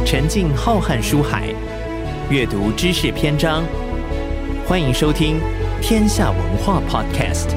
沉浸浩瀚书海，阅读知识篇章。欢迎收听天下文化 Podcast。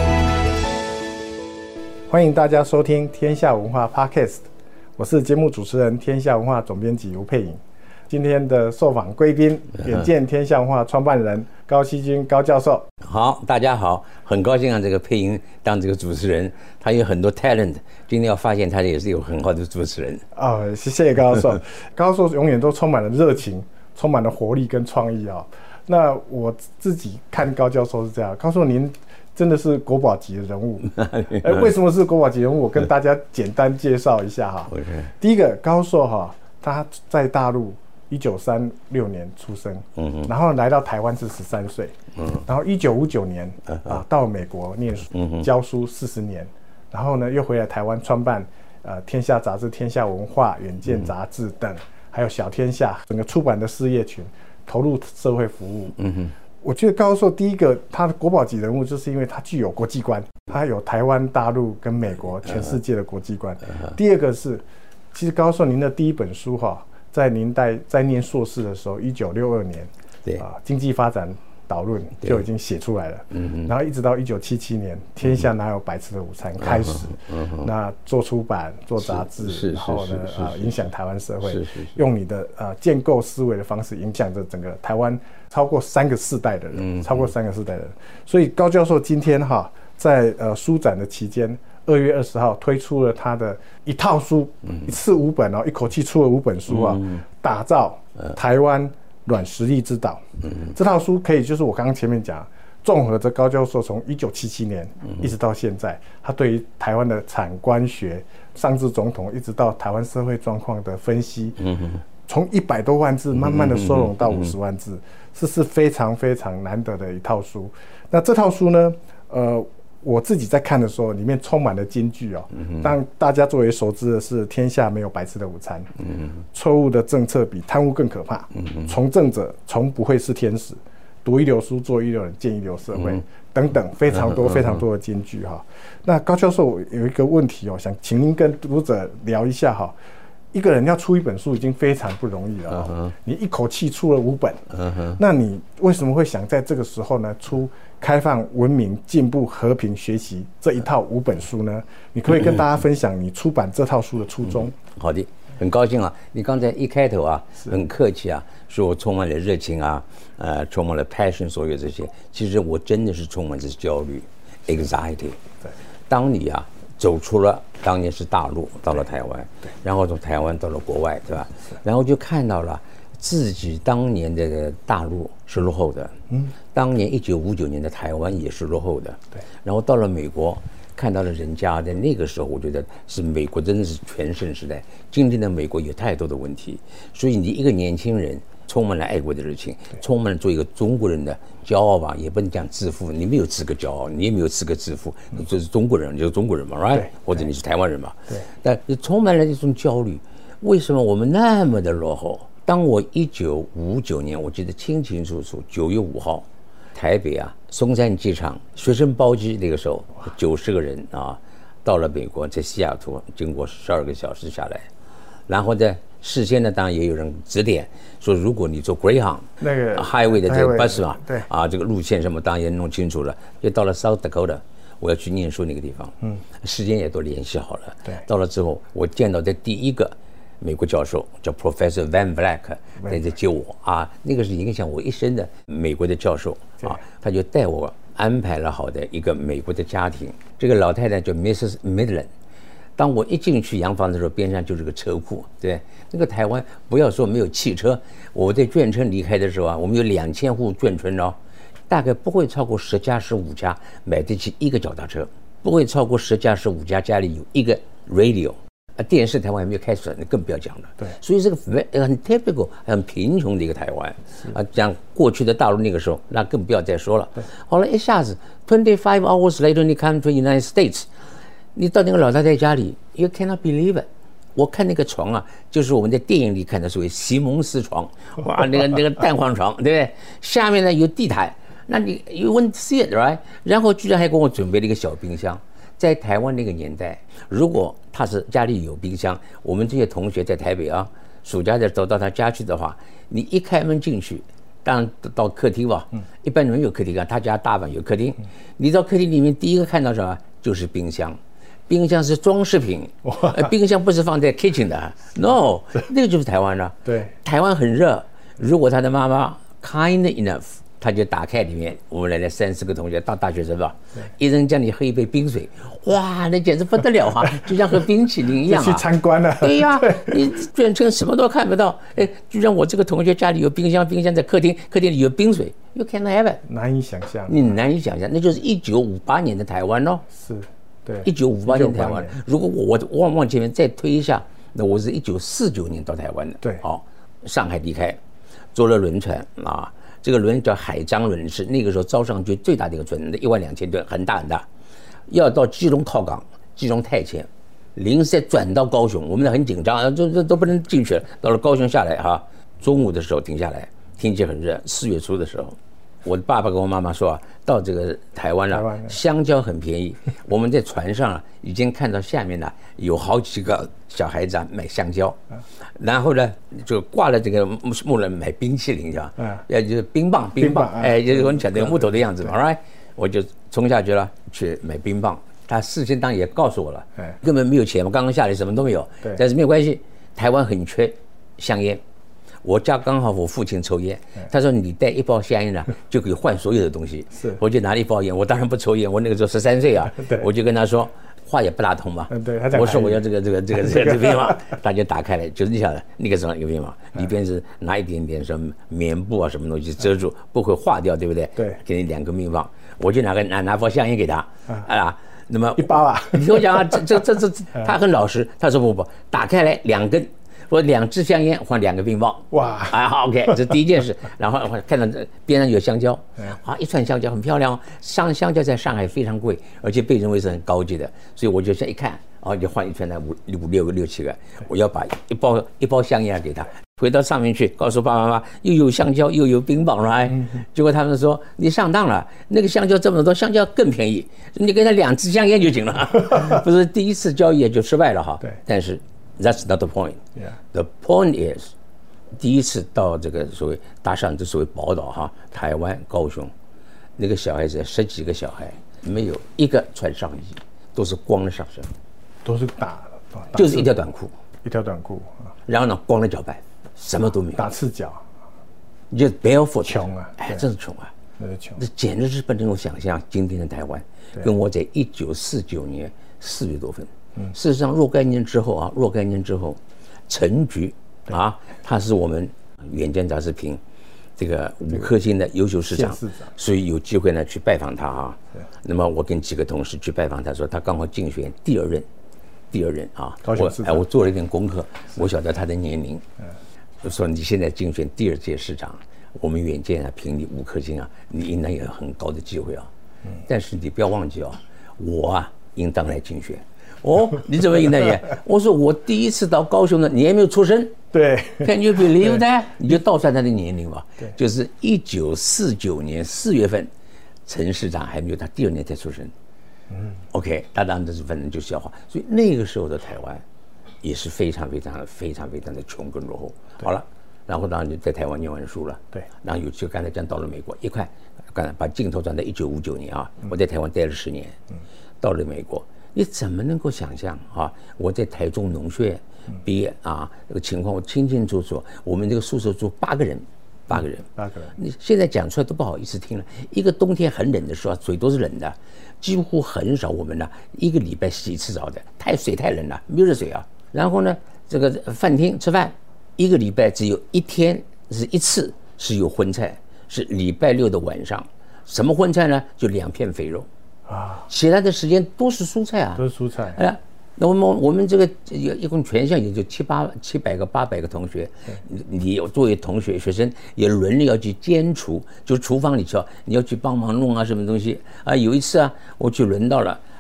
欢迎大家收听天下文化 Podcast， 我是节目主持人天下文化总编辑吴佩颖。今天的受访贵宾，远见天下文化创办人高希均高教授。 好，大家好，很高兴让这个佩颖当这个主持人，他有很多 talent， 今天要发现他也是有很好的主持人。 谢谢高教授。高教授永远都充满了热情，充满了活力跟创意啊。那我自己看高教授是这样，高教授您真的是国宝级的人物。为什么是国宝级人物？我跟大家简单介绍一下哈。第一个，高教授哈，他在大陆1936年出生，然后来到台湾是13岁，然后1959年到美国念书，教书40年，然后呢又回来台湾创办天下杂志、天下文化、远见杂志等，还有小天下整个出版的事业群，投入社会服务。我觉得高教授第一个他的国宝级人物，就是因为他具有国际观，他有台湾、大陆跟美国全世界的国际观。第二个是，其实高教授您的第一本书哈，在您在念硕士的时候，1962年，经济发展导论就已经写出来了。然后一直到1977年，天下哪有白吃的午餐开始，那做出版、做杂志，然后呢，影响台湾社会，用你的建构思维的方式，影响着整个台湾超过3个世代的人，所以高教授今天哈，在书展的期间，2月20号推出了他的一套书，一次5本一口气出了5本书打造台湾软实力之岛。这套书可以就是我刚刚前面讲，综合着高教授从1977年一直到现在，他对于台湾的产官学、上至总统一直到台湾社会状况的分析，从100多万字慢慢的收拢到50万字，这是非常非常难得的一套书。那这套书呢，我自己在看的时候，里面充满了金句当大家最为熟知的是天下没有白吃的午餐，错误的政策比贪污更可怕，从政者从不会是天使，读一流书做一流人建一流社会，等等非常多非常多的金句那高教授有一个问题想请您跟读者聊一下一个人要出一本书已经非常不容易了你一口气出了5本，那你为什么会想在这个时候呢出开放、文明、进步、和平、学习这一套5本书呢？你可不可以跟大家分享你出版这套书的初衷？ 好的，很高兴你刚才一开头很客气说我充满了热情充满了 passion， 所有这些，其实我真的是充满着焦虑 anxiety。当你走出了当年是大陆，到了台湾，然后从台湾到了国外，对吧？然后就看到了自己当年的大陆是落后的，当年1959年的台湾也是落后的，然后到了美国，看到了人家在那个时候，我觉得是美国真的是全盛时代。今天的美国有太多的问题，所以你一个年轻人充满了爱国的热情，充满了做一个中国人的骄傲吧，也不能讲自负，你没有资格骄傲，你也没有资格自负，这是中国人，你就是中国人嘛 ，right？ 或者你是台湾人嘛，但你充满了这种焦虑，为什么我们那么的落后？当我1959年，我记得清清楚楚，9月5号，台北松山机场学生包机，那个时候90个人到了美国，在西雅图经过12个小时下来，然后在事先呢，当然也有人指点说，如果你坐 Greyhound 那个 Highway 的这个 bus 这个路线什么当然也弄清楚了，就到了 South Dakota， 我要去念书那个地方，时间也都联系好了。到了之后，我见到的第一个美国教授叫 Professor Van Vleck， 在这接我那个是影响我一生的美国的教授他就带我安排了好的一个美国的家庭。这个老太太叫 Mrs. Midland。当我一进去洋房的时候，边上就是个车库，对，那个台湾不要说没有汽车，我在眷村离开的时候我们有2000户眷村大概不会超过10家15家买得起一个脚踏车，不会超过10家15家家里有一个 radio。电视台湾还没有开始，那更不要讲了。所以这个很 typical 很贫穷的一个台湾讲过去的大陆那个时候，那更不要再说了。后来一下子25 hours later， 你 come to United States， 你到那个老太太家里 ，you cannot believe it。我看那个床就是我们在电影里看的所谓席蒙斯床，哇，那个蛋黄床，对不对？下面呢有地毯，那你 you won't see it right？ 然后居然还给我准备了一个小冰箱。在台湾那个年代，如果他是家里有冰箱，我们这些同学在台北暑假再走到他家去的话，你一开门进去，当然到客厅吧，一般人有客厅啊，他家大房有客厅，你到客厅里面第一个看到什么？就是冰箱。冰箱是装饰品，冰箱不是放在 kitchen 的 ，no， 那个就是台湾了。 对， 台湾很热，如果他的妈妈 kind enough， 他就打开里面，我们来了3-4个同学，大学生吧，一人叫你喝一杯冰水，哇，那简直不得了啊，就像喝冰淇淋一样啊。 去参观了。 对呀，你居然什么都看不到，哎，居然我这个同学家里有冰箱，冰箱在客厅，客厅里有冰水 ，you can't have it， 难以想象。 你难以想象，那就是1958年的台湾咯。 是。对 ，1958年台湾。如果我往前面再推一下，那我是1949年到台湾的。 对， 好，上海离开，坐了轮船啊，这个轮叫海漳轮，是那个时候招商局最大的一个船，12000吨，很大很大。要到基隆靠港，基隆太前，临时再转到高雄，我们很紧张，都不能进去了。到了高雄下来哈，中午的时候停下来，天气很热，4月初的时候。我的爸爸跟我妈妈说啊，到这个台湾了，香蕉很便宜。我们在船上啊，已经看到下面呢有好几个小孩子啊买香蕉，然后呢就挂了这个木人买冰淇淋，是吧？就是冰棒，哎，就是我们讲的木头的样子嘛 ，right？ 我就冲下去了，去买冰棒。他事先当然也告诉我了，根本没有钱嘛，刚刚下来什么都没有。但是没有关系，台湾很缺香烟。我家刚好我父亲抽烟，他说你带1包香烟呢，就可以换所有的东西。 是， 我就拿了1包烟，我当然不抽烟，我那个时候13岁啊，我就跟他说，话也不大通嘛。 对， 我说我要这个冰棒，他就打开来，就是你晓得那个时候一个冰棒，里边是拿一点点什么棉布啊什么东西遮住，不会化掉，对不对？ 对， 给你2个冰棒，我就拿包香烟给他，啊。那么 1包啊， 你听我讲啊，这他很老实，他说不，打开来2根。我2支香烟换2个冰棒，哇！哎，好 ，OK， 这第一件事。然后看到边上有香蕉，啊，一串香蕉很漂亮哦。香蕉在上海非常贵，而且被认为是很高级的，所以我就这一看，啊，就换一串来5、6、7个。我要把一包香烟给他，回到上面去，告诉爸爸妈妈又有香蕉又有冰棒了。结果他们说你上当了，那个香蕉这么多，香蕉更便宜，你给他2支香烟就行了。不是第一次交易就失败了哈。 对， 但是。That's not the point. The point is， 第一次到这个所谓搭上这所谓宝岛哈，台湾高雄，那个小孩子10几个小孩，没有一个穿上衣，都是光着上身， 都是打就是一条短裤， 然后呢光着脚板，什么都没有， 打赤脚， 你就 barefoot， 穷啊， 哎，真是穷啊， 那是穷， 这简直是不能够想象今天的台湾，跟我在1949年4月多份。事实上，若干年之后，陈菊啊，他是我们《远见》杂志评这个5颗星的优秀市长，所以有机会呢去拜访他啊。那么我跟几个同事去拜访他，说他刚好竞选第二任啊。我做了一点功课，我晓得他的年龄，就说你现在竞选第2届市长，我们《远见》啊评你5颗星啊，你应当有很高的机会啊。但是你不要忘记啊，我啊应当来竞选。哦，你怎么应当也？我说我第一次到高雄的，你还没有出生。 对 ，Can you believe that？ 你就倒算他的年龄吧。对，就是1949年4月份，陈市长还没有，他第2年才出生。OK， 他当然这是反正就笑话。所以那个时候的台湾也是非常的穷跟落后。好了，然后当然就在台湾念完书了。对，然后就刚才讲到了美国，一块刚才把镜头转到1959年啊，我在台湾待了10年，到了美国。你怎么能够想象啊？我在台中农学院毕业啊，这个情况我清清楚楚。我们这个宿舍住8个人，你现在讲出来都不好意思听了。一个冬天很冷的时候，水都是冷的，几乎很少我们呢1个礼拜洗1次澡的，水太冷了，没有热水啊。然后呢，这个饭厅吃饭，1个礼拜只有1天是1次是有荤菜，是礼拜6的晚上。什么荤菜呢？就2片肥肉。其他的时间都是蔬菜啊， 都是蔬菜。 哎，那我们这个一共全校也就700个800个同学，你作为学生也轮流要去监厨，就厨房里头你要去帮忙弄啊什么东西啊。有一次啊，我去轮到了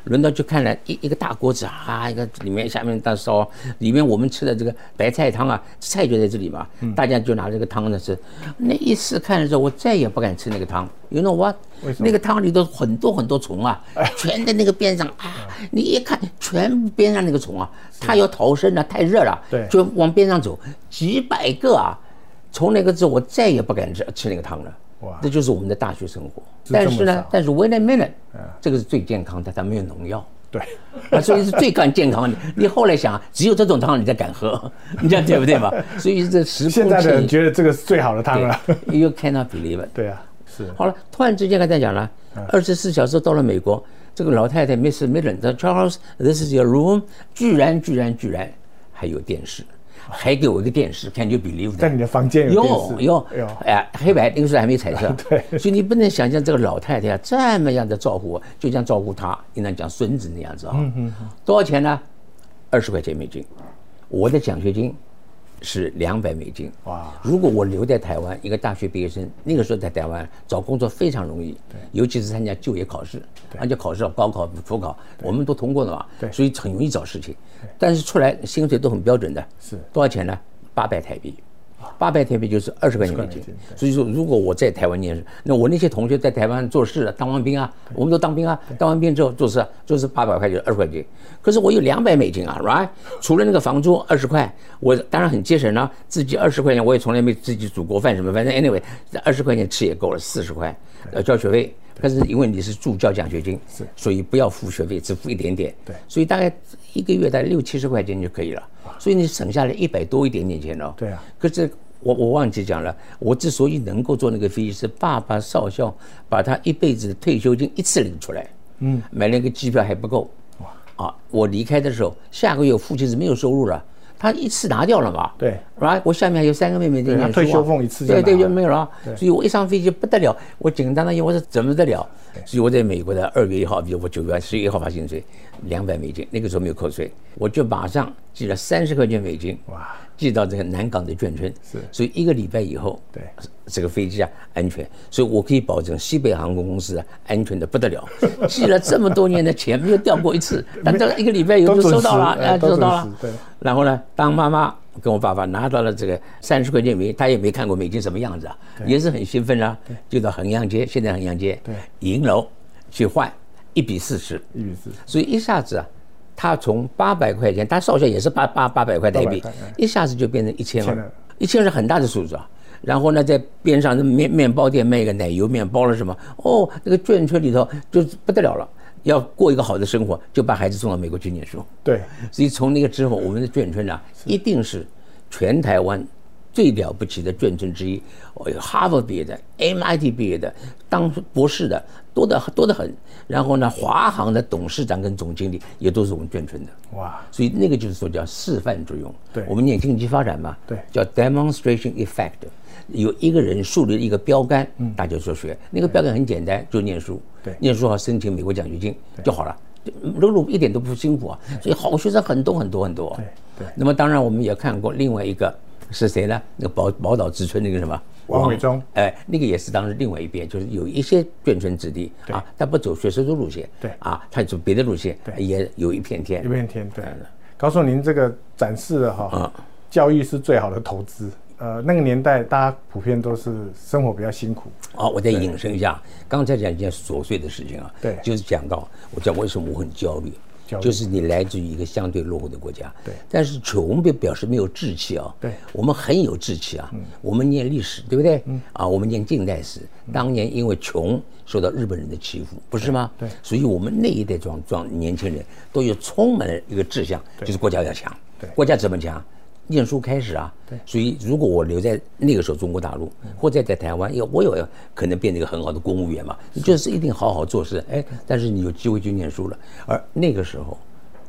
轮到去看了一个大锅子啊，一个里面下面大烧，里面我们吃的这个白菜汤啊，菜就在这里嘛，大家就拿这个汤呢吃。那一次看的时候，我再也不敢吃那个汤。You know what？ 那个汤里头很多虫啊，全在那个边上啊，你一看全边上那个虫啊，它要逃生啊，太热了，就往边上走，几百个啊。从那个之后，我再也不敢吃那个汤了。哇，这就是我们的大学生活。但是 wait a minute， 这个是最健康的，它没有农药。 对， 所以是最健康的。你后来想，只有这种汤你才敢喝，你这样对不对嘛？所以这时空现在的人觉得这个是最好的汤了。 You cannot believe it。 对啊，是。 好了，突然之间跟他讲了，24小时到了美国，这个老太太 Miss Millen，Charles，this is your room， 居然还有电视。还给我一个电视 ，Can you believe that？ 在你的房间有电视？ 有，哎，黑白那个时候还没彩色， 对， 所以你不能想象这个老太太这么样的照顾我，就像照顾她，应当讲孙子那样子啊。多少钱呢？20块钱美金，我的奖学金是200美金。哇！如果我留在台湾，一个大学毕业生，那个时候在台湾找工作非常容易，尤其是参加就业考试，而且考试高考、普考，我们都通过了嘛，所以很容易找事情。但是出来薪水都很标准的，是多少钱呢？800台币，800台币就是20块钱美金。所以说，如果我在台湾念书，那我那些同学在台湾做事当完兵啊，我们都当兵啊，当完兵之后做事就是800块钱，20块钱。可是我有200美金啊 ，right？ 除了那个房租20块，我当然很节省啊，自己20块钱我也从来没自己煮过饭什么，反正 anyway， 20块钱吃也够了，40块要交学费。可是因为你是助教奖学金，所以不要付学费，只付一点点。对，所以大概一个月大概60-70块钱就可以了。所以你省下来100多一点点钱哦。对啊。可是我忘记讲了，我之所以能够做那个飞机师，爸爸少校把他一辈子的退休金一次领出来，买了个机票还不够。哇！啊，我离开的时候，下个月父亲是没有收入了。他一次拿掉了嘛？对 ，right， 我下面还有3个妹妹在念书啊， 退休俸一次就拿了， 对，就没有了。所以我一上飞机不得了，我紧张的我说怎么得了？所以我在美国的2月1号，比如我9月11号发薪水200美金，那个时候没有扣税，我就马上寄了30块钱美金，哇，寄到这个南港的眷村。是，所以1个礼拜以后，对，这个飞机啊安全，所以我可以保证西北航空公司啊安全的不得了。寄了这么多年的钱没有掉过一次，但这1个礼拜以后就收到了，收到了。对。然后呢，当妈妈跟我爸爸拿到了这个30块钱美金，他也没看过美金什么样子啊，也是很兴奋啊，就到衡阳街，现在衡阳街银楼去换1比40，所以一下子啊，他从800块钱，他少校也是800块台币，一下子就变成1000了，1000是很大的数字啊。然后呢，在边上的面包店卖一个奶油面包了什么，哦，那个眷村里头就不得了了。要过一个好的生活，就把孩子送到美国去念书。对，所以从那个之后，我们的眷村啊，一定是全台湾最了不起的眷村之一。哈佛毕业的、MIT 毕业的、当博士的多得很。然后呢，华航的董事长跟总经理也都是我们眷村的。哇！所以那个就是说叫示范作用。对，我们念经济发展嘛，对，叫 demonstration effect。有一个人树立一个标杆，大家说学那个标杆很简单，就念书。对，念书好申请美国奖学金就好了，路一点都不辛苦啊。所以好学生很多。对。那么当然我们也看过另外一个是谁呢？那个宝岛之春那个什么王伟忠， 那个也是当时另外一边，就是有一些眷村子弟啊，他不走学生的路线，对啊，他走别的路线，也有一片天。 对。高硕，您这个展示了哈，教育是最好的投资。那个年代大家普遍都是生活比较辛苦。我再引申一下，刚才讲一件琐碎的事情啊，对，就是讲到我讲为什么我很焦虑，就是你来自于一个相对落后的国家，对，但是穷并表示没有志气啊，对，我们很有志气啊，我们念历史对不对？我们念近代史，当年因为穷受到日本人的欺负，不是吗？对，所以我们那一代年轻人都有充满了一个志向，就是国家要强，对，国家怎么强？念书开始啊，对，所以如果我留在那个时候中国大陆，或者在台湾，我有可能变成一个很好的公务员嘛，你就是一定好好做事，但是你有机会去念书了。而那个时候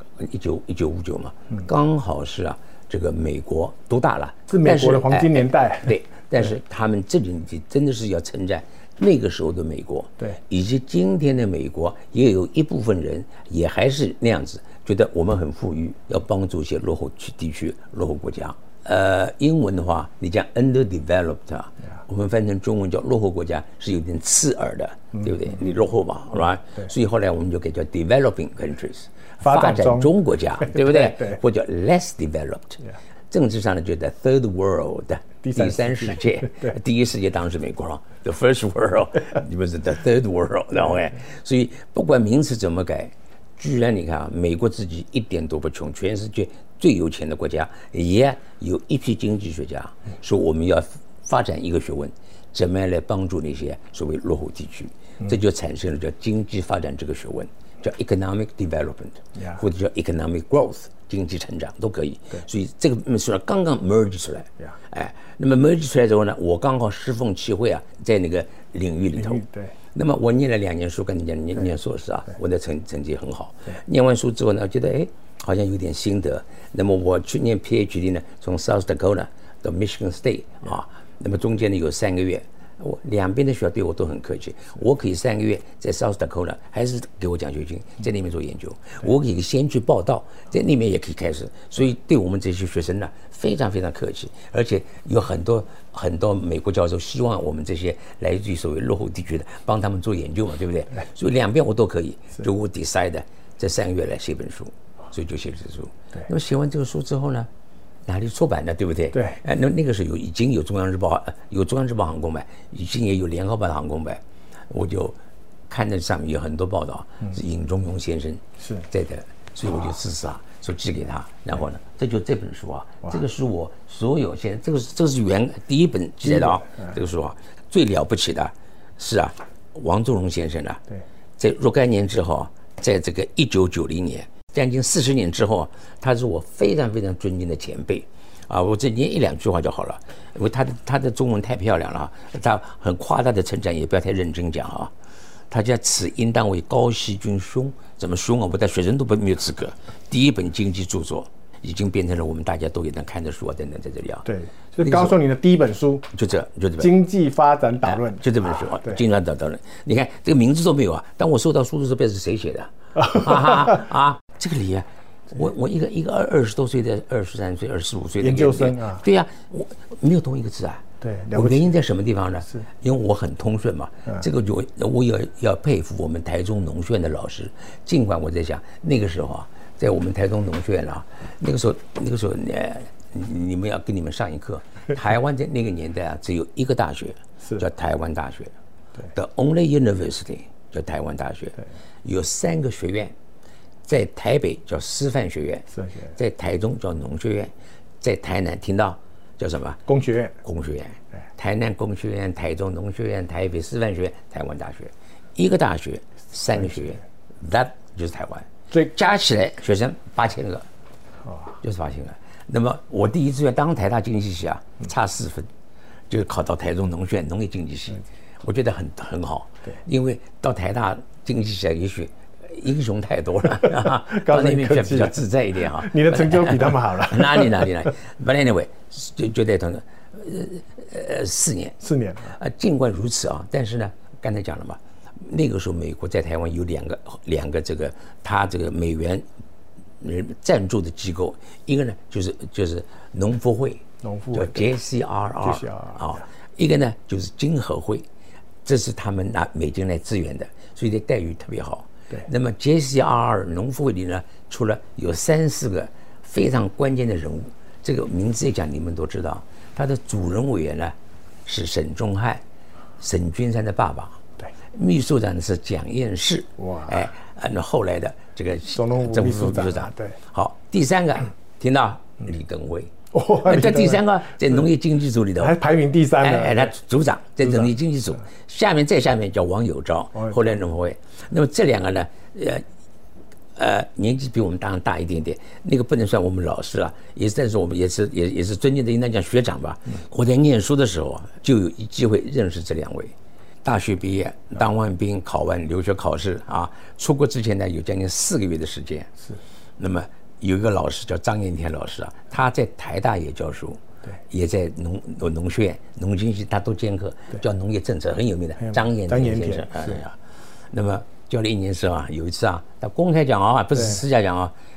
，1959嘛，刚好是啊，这个美国独大了， 是美国的黄金年代。 对，但是他们这里真的是要称赞那个时候的美国，对，以及今天的美国，也有一部分人也还是那样子。觉得我们很富裕，要帮助一些落后地区、落后国家， 英文的话，你讲 underdeveloped 啊，我们翻成中文叫落后国家，是有点刺耳的，对不对？你落后嘛 ，right？所以后来我们就给叫 developing countries， 发展中国家，对不对？或者 less developed。政治上呢，就在 third world 第三世界，第一世界当然是美国了 ，the first world， 你们是 the third world， 然后所以不管名词怎么改，居然你看啊，美国自己一点都不穷，全世界最有钱的国家，也有一批经济学家说我们要发展一个学问，怎么样来帮助那些所谓落后地区，这就产生了叫经济发展这个学问，叫 economic development， 或者叫 economic growth。经济成长都可以，所以这个说刚刚 merge 出来，那么 merge 出来之后呢，我刚好适逢其会啊，在那个领域里头，那么我念了2年书，跟你讲念硕士啊，我的成绩很好，念完书之后呢，觉得好像有点心得，那么我去念 PhD 呢，从 South Dakota 到 Michigan State 啊，那么中间呢有3个月。我两边的学校对我都很客气，我可以3个月在 South Dakota 还是给我奖学金，在那边做研究，我可以先去报道，在那边也可以开始，所以对我们这些学生呢非常非常客气，而且有很多美国教授希望我们这些来自于所谓落后地区的帮他们做研究嘛，对不对？所以两边我都可以，就我 decide 这3个月来写本书，所以就写这书。那么写完这个书之后呢？哪里出版的，对不对？ 对。 那个时候已经有中央日报，有中央日报航空版，已经也有联合报的航空版，我就看到上面有很多报道，是尹中庸先生是在的，所以我就自杀，说寄给他。然后呢，这本书啊，这个书我所有现在这个是第一本记载的啊，这个书啊最了不起的是啊，王仲荣先生啊，在若干年之后，在这个1990年。将近40年之后，他是我非常非常尊敬的前辈，啊，我这念1-2句话就好了，因为他的中文太漂亮了，他很夸大的称赞，也不要太认真讲啊。他叫此应当为高希君兄，怎么兄啊？我的学生都没有资格。第一本经济著作已经变成了我们大家都也能看的书啊，等等在这里啊。 对，就告诉你的第一本书就这本《 经济发展导论》， 就这本书啊，《经济发展导论》。你看这个名字都没有啊，当我收到书的时候，不知道是谁写的啊。这个里啊，我一个20多岁的23岁、25岁的研究生啊， 对呀，我没有同一个字啊。 对， 我原因在什么地方呢？是因为我很通顺嘛。这个我也要佩服我们台中农学院的老师。尽管我在想那个时候啊，在我们台中农学院啊，那个时候你们要跟你们上一课。台湾在那个年代啊，只有一个大学，叫台湾大学。The only university 叫台湾大学。有3个学院。在台北叫师范学院，在台中叫农学院，在台南听到叫什么？ 工学院。 台南工学院、台中农学院、台北师范学院、台湾大学，一个大学3个学院 ，that 就是台湾。所以加起来学生8000个，就是8000个。那么我第一志愿当台大经济系啊，差4分，就考到台中农学院农业经济系，我觉得很好。因为到台大经济系也许。英雄太多了，到那边比较自在一点哈。 你的成就比他们好了。 哪里？But anyway， 就在同4年。4年尽管如此啊，但是呢，刚才讲了嘛，那个时候美国在台湾有两个这个他这个美元赞助的机构，一个呢就是农福会，叫 JCRR 啊，一个呢就是经合会，这是他们拿美金来支援的，所以这待遇特别好。那么 JCRR 农福会里呢，除了有3-4个非常关键的人物，这个名字一讲你们都知道，他的主任委员呢是沈宗翰，沈君山的爸爸。秘书长是蒋彦士。那后来的这个政府秘书长。好，第3个听到李登辉。这第3个在农业经济组里头还排名第3的， 他组长在农业经济组，下面叫王有昭，后来农会。那么这2个呢，年纪比我们当然大一点点，那个不能算我们老师了，但是我们也是尊敬的，应当讲学长吧。我在念书的时候就有机会认识这2位，大学毕业当完兵，考完留学考试啊，出国之前呢有将近4个月的时间。那么。有一个老师叫张彦田老师啊，他在台大也教书，也在农学院、农经系他都兼课，叫农业政策很有名的张彦田先生。那么教了1年之后啊，有一次啊，他公开讲啊，不是私下讲啊，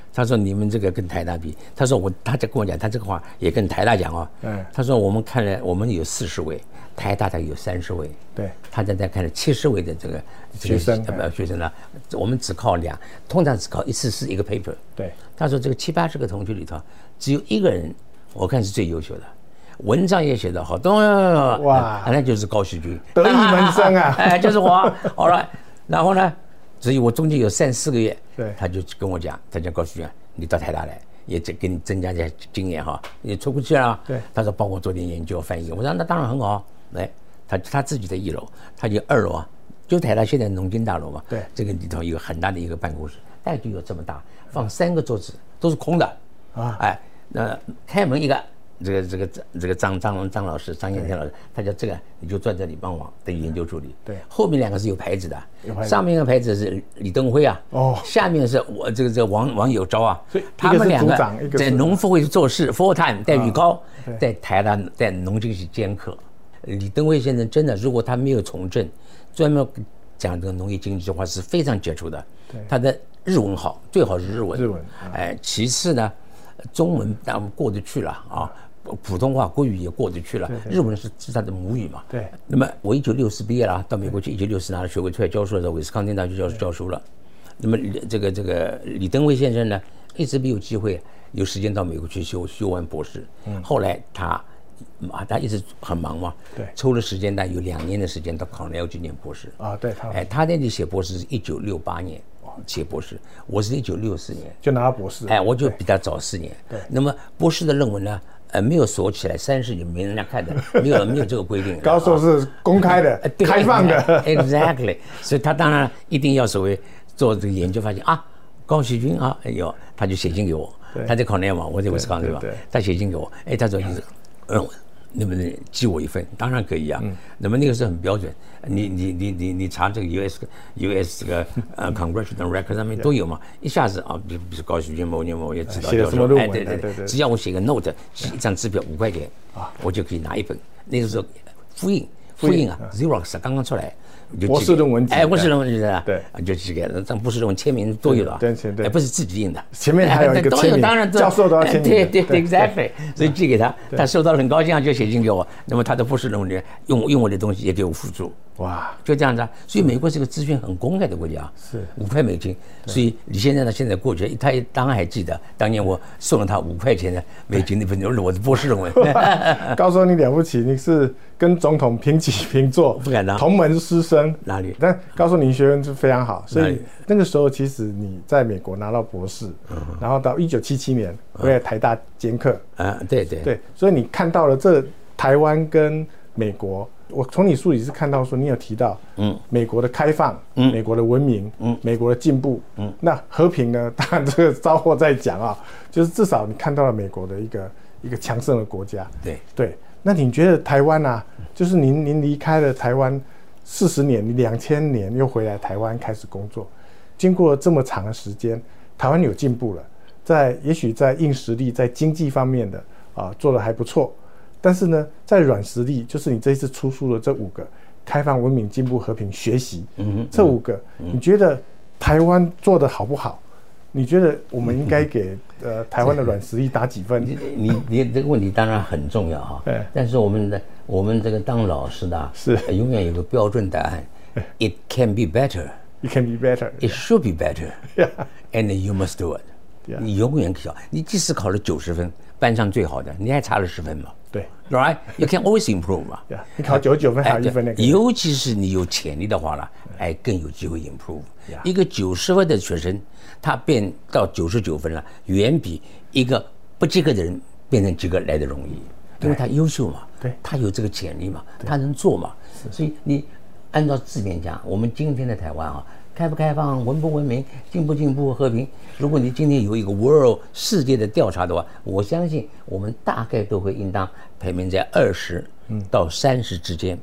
他说你们这个跟台大比，他说他在跟我讲，他这个话也跟台大讲哦。他说我们看了，我们有40位，台大概有30位。 对， 他在看了70位的这个学生呢，我们只靠通常只靠一次是一个 paper。 对， 他说这个70-80个同学里头，只有一个人，我看是最优秀的，文章也写得好，哇，那就是高旭君， 得意门生啊， 就是我。好了，然后呢？所以我中间有3-4个月， 对， 他就跟我讲，他讲高旭君，你到台大来，也给你增加点经验哈，你出不去了。 对， 他说帮我做点研究翻译，我说那当然很好。来，他自己的1楼，他就2楼啊，就台大现在农经大楼嘛。 对， 这个里头有很大的一个办公室，大概就有这么大，放3个桌子都是空的啊。哎，那开门一个。这个张老师，张彦天老师，他叫这个你就坐这里帮我的研究助理。 对， 后面2个是有牌子的，上面一个牌子是李登辉啊，下面是我这个王有昭啊， 所以他们2个在农复会做事 full time 待遇高，在台大在农经系兼课。李登辉先生真的，如果他没有从政，专门讲这个农业经济的话是非常杰出的。他的日文好，最好是日文。哎，其次呢，中文当然过得去了啊。普通话、国语也过得去了，日文是他的母语嘛。 对。 那么我1960毕业了，到美国去，1960拿了学位出来教书的时候，威斯康星大学教书了。那么这个李登辉先生呢，一直没有机会有时间到美国去修完博士。后来他一直很忙嘛， 对， 抽了时间，但有2年的时间到康奈尔去念博士。 啊，对， 他那里写博士是1968年写博士，我是1964年就拿到博士。 我就比他早4年。对。那么博士的论文呢？没有锁起来，30年没人家看的，没有这个规定。 高硕是公开的、开放的。 Exactly， 所以他当然一定要所谓做这个研究，发现啊，高旭君啊，哎呦，他就写信给我，他在考奈嘛，我在威斯康对吧？他写信给我，他说能不能寄我一份？当然可以啊。那么那个是很标准，你查这个 US 这个Congressional Record 上面都有嘛，一下子啊，比如高旭君某年某月指导教授，对，只要我写个 note， 一张支票5块钱啊，我就可以拿一本。那个时候复印啊 ，Xerox 刚刚出来。 博士论文集， 博士论文集的， 对， 就寄给他，博士论文签名都有了， 对， 不是自己印的， 前面还有一个签名， 当然教授都要签名， 对 ，exactly， 所以寄给他，他收到了很高兴，就写信给我，那么他的博士论文用我的东西也给我辅助，哇，就这样子啊，所以美国是个资讯很公开的国家， 是 5块美金，所以你现在过去，他当然还记得当年我送了他5块钱的美金那份我的博士论文， 高硕你了不起，你是跟总统平起平坐， 不敢当， 同门师生。 哪里？ 但高硕你学问是非常好，所以那个时候其实你在美国拿到博士，然后到1977年回来台大兼课， 对， 所以你看到了这台湾跟美国，我从你书里是看到说你有提到，美国的开放，美国的文明，美国的进步，那和平呢？当然这个稍后再讲啊，就是至少你看到了美国的一个强盛的国家，对。那你觉得台湾啊，就是您离开了台湾40年，你2000年又回来台湾开始工作，经过这么长的时间，台湾有进步了，也许在硬实力、在经济方面的做得还不错，但是呢，在软实力，就是你这一次出书的这5个：开放、文明、进步、和平、学习，这5个，你觉得台湾做得好不好？你觉得我们应该给台湾的软实力打几分？ 你这个问题当然很重要哈。对。但是我们这个当老师的是永远有个标准答案 ，It can be better. It can be better. It should be better. And you must do it. 你永远可以，你即使考了90分，班上最好的，你还差了10分嘛？ 对 ，right? You can always improve 嘛。 你考99分还有1分那个。 尤其是你有潜力的话了，更有机会 improve。一个90分的学生，他变到99分了，远比一个不及格的人变成及格来的容易，因为他优秀嘛， 对， 他有这个潜力嘛，他能做嘛。所以你按照字面讲，我们今天的台湾啊。开不开放，文不文明，进不进步，和平。如果你今天有一个 world 世界的调查的话，我相信我们大概都会应当排名在20到30之间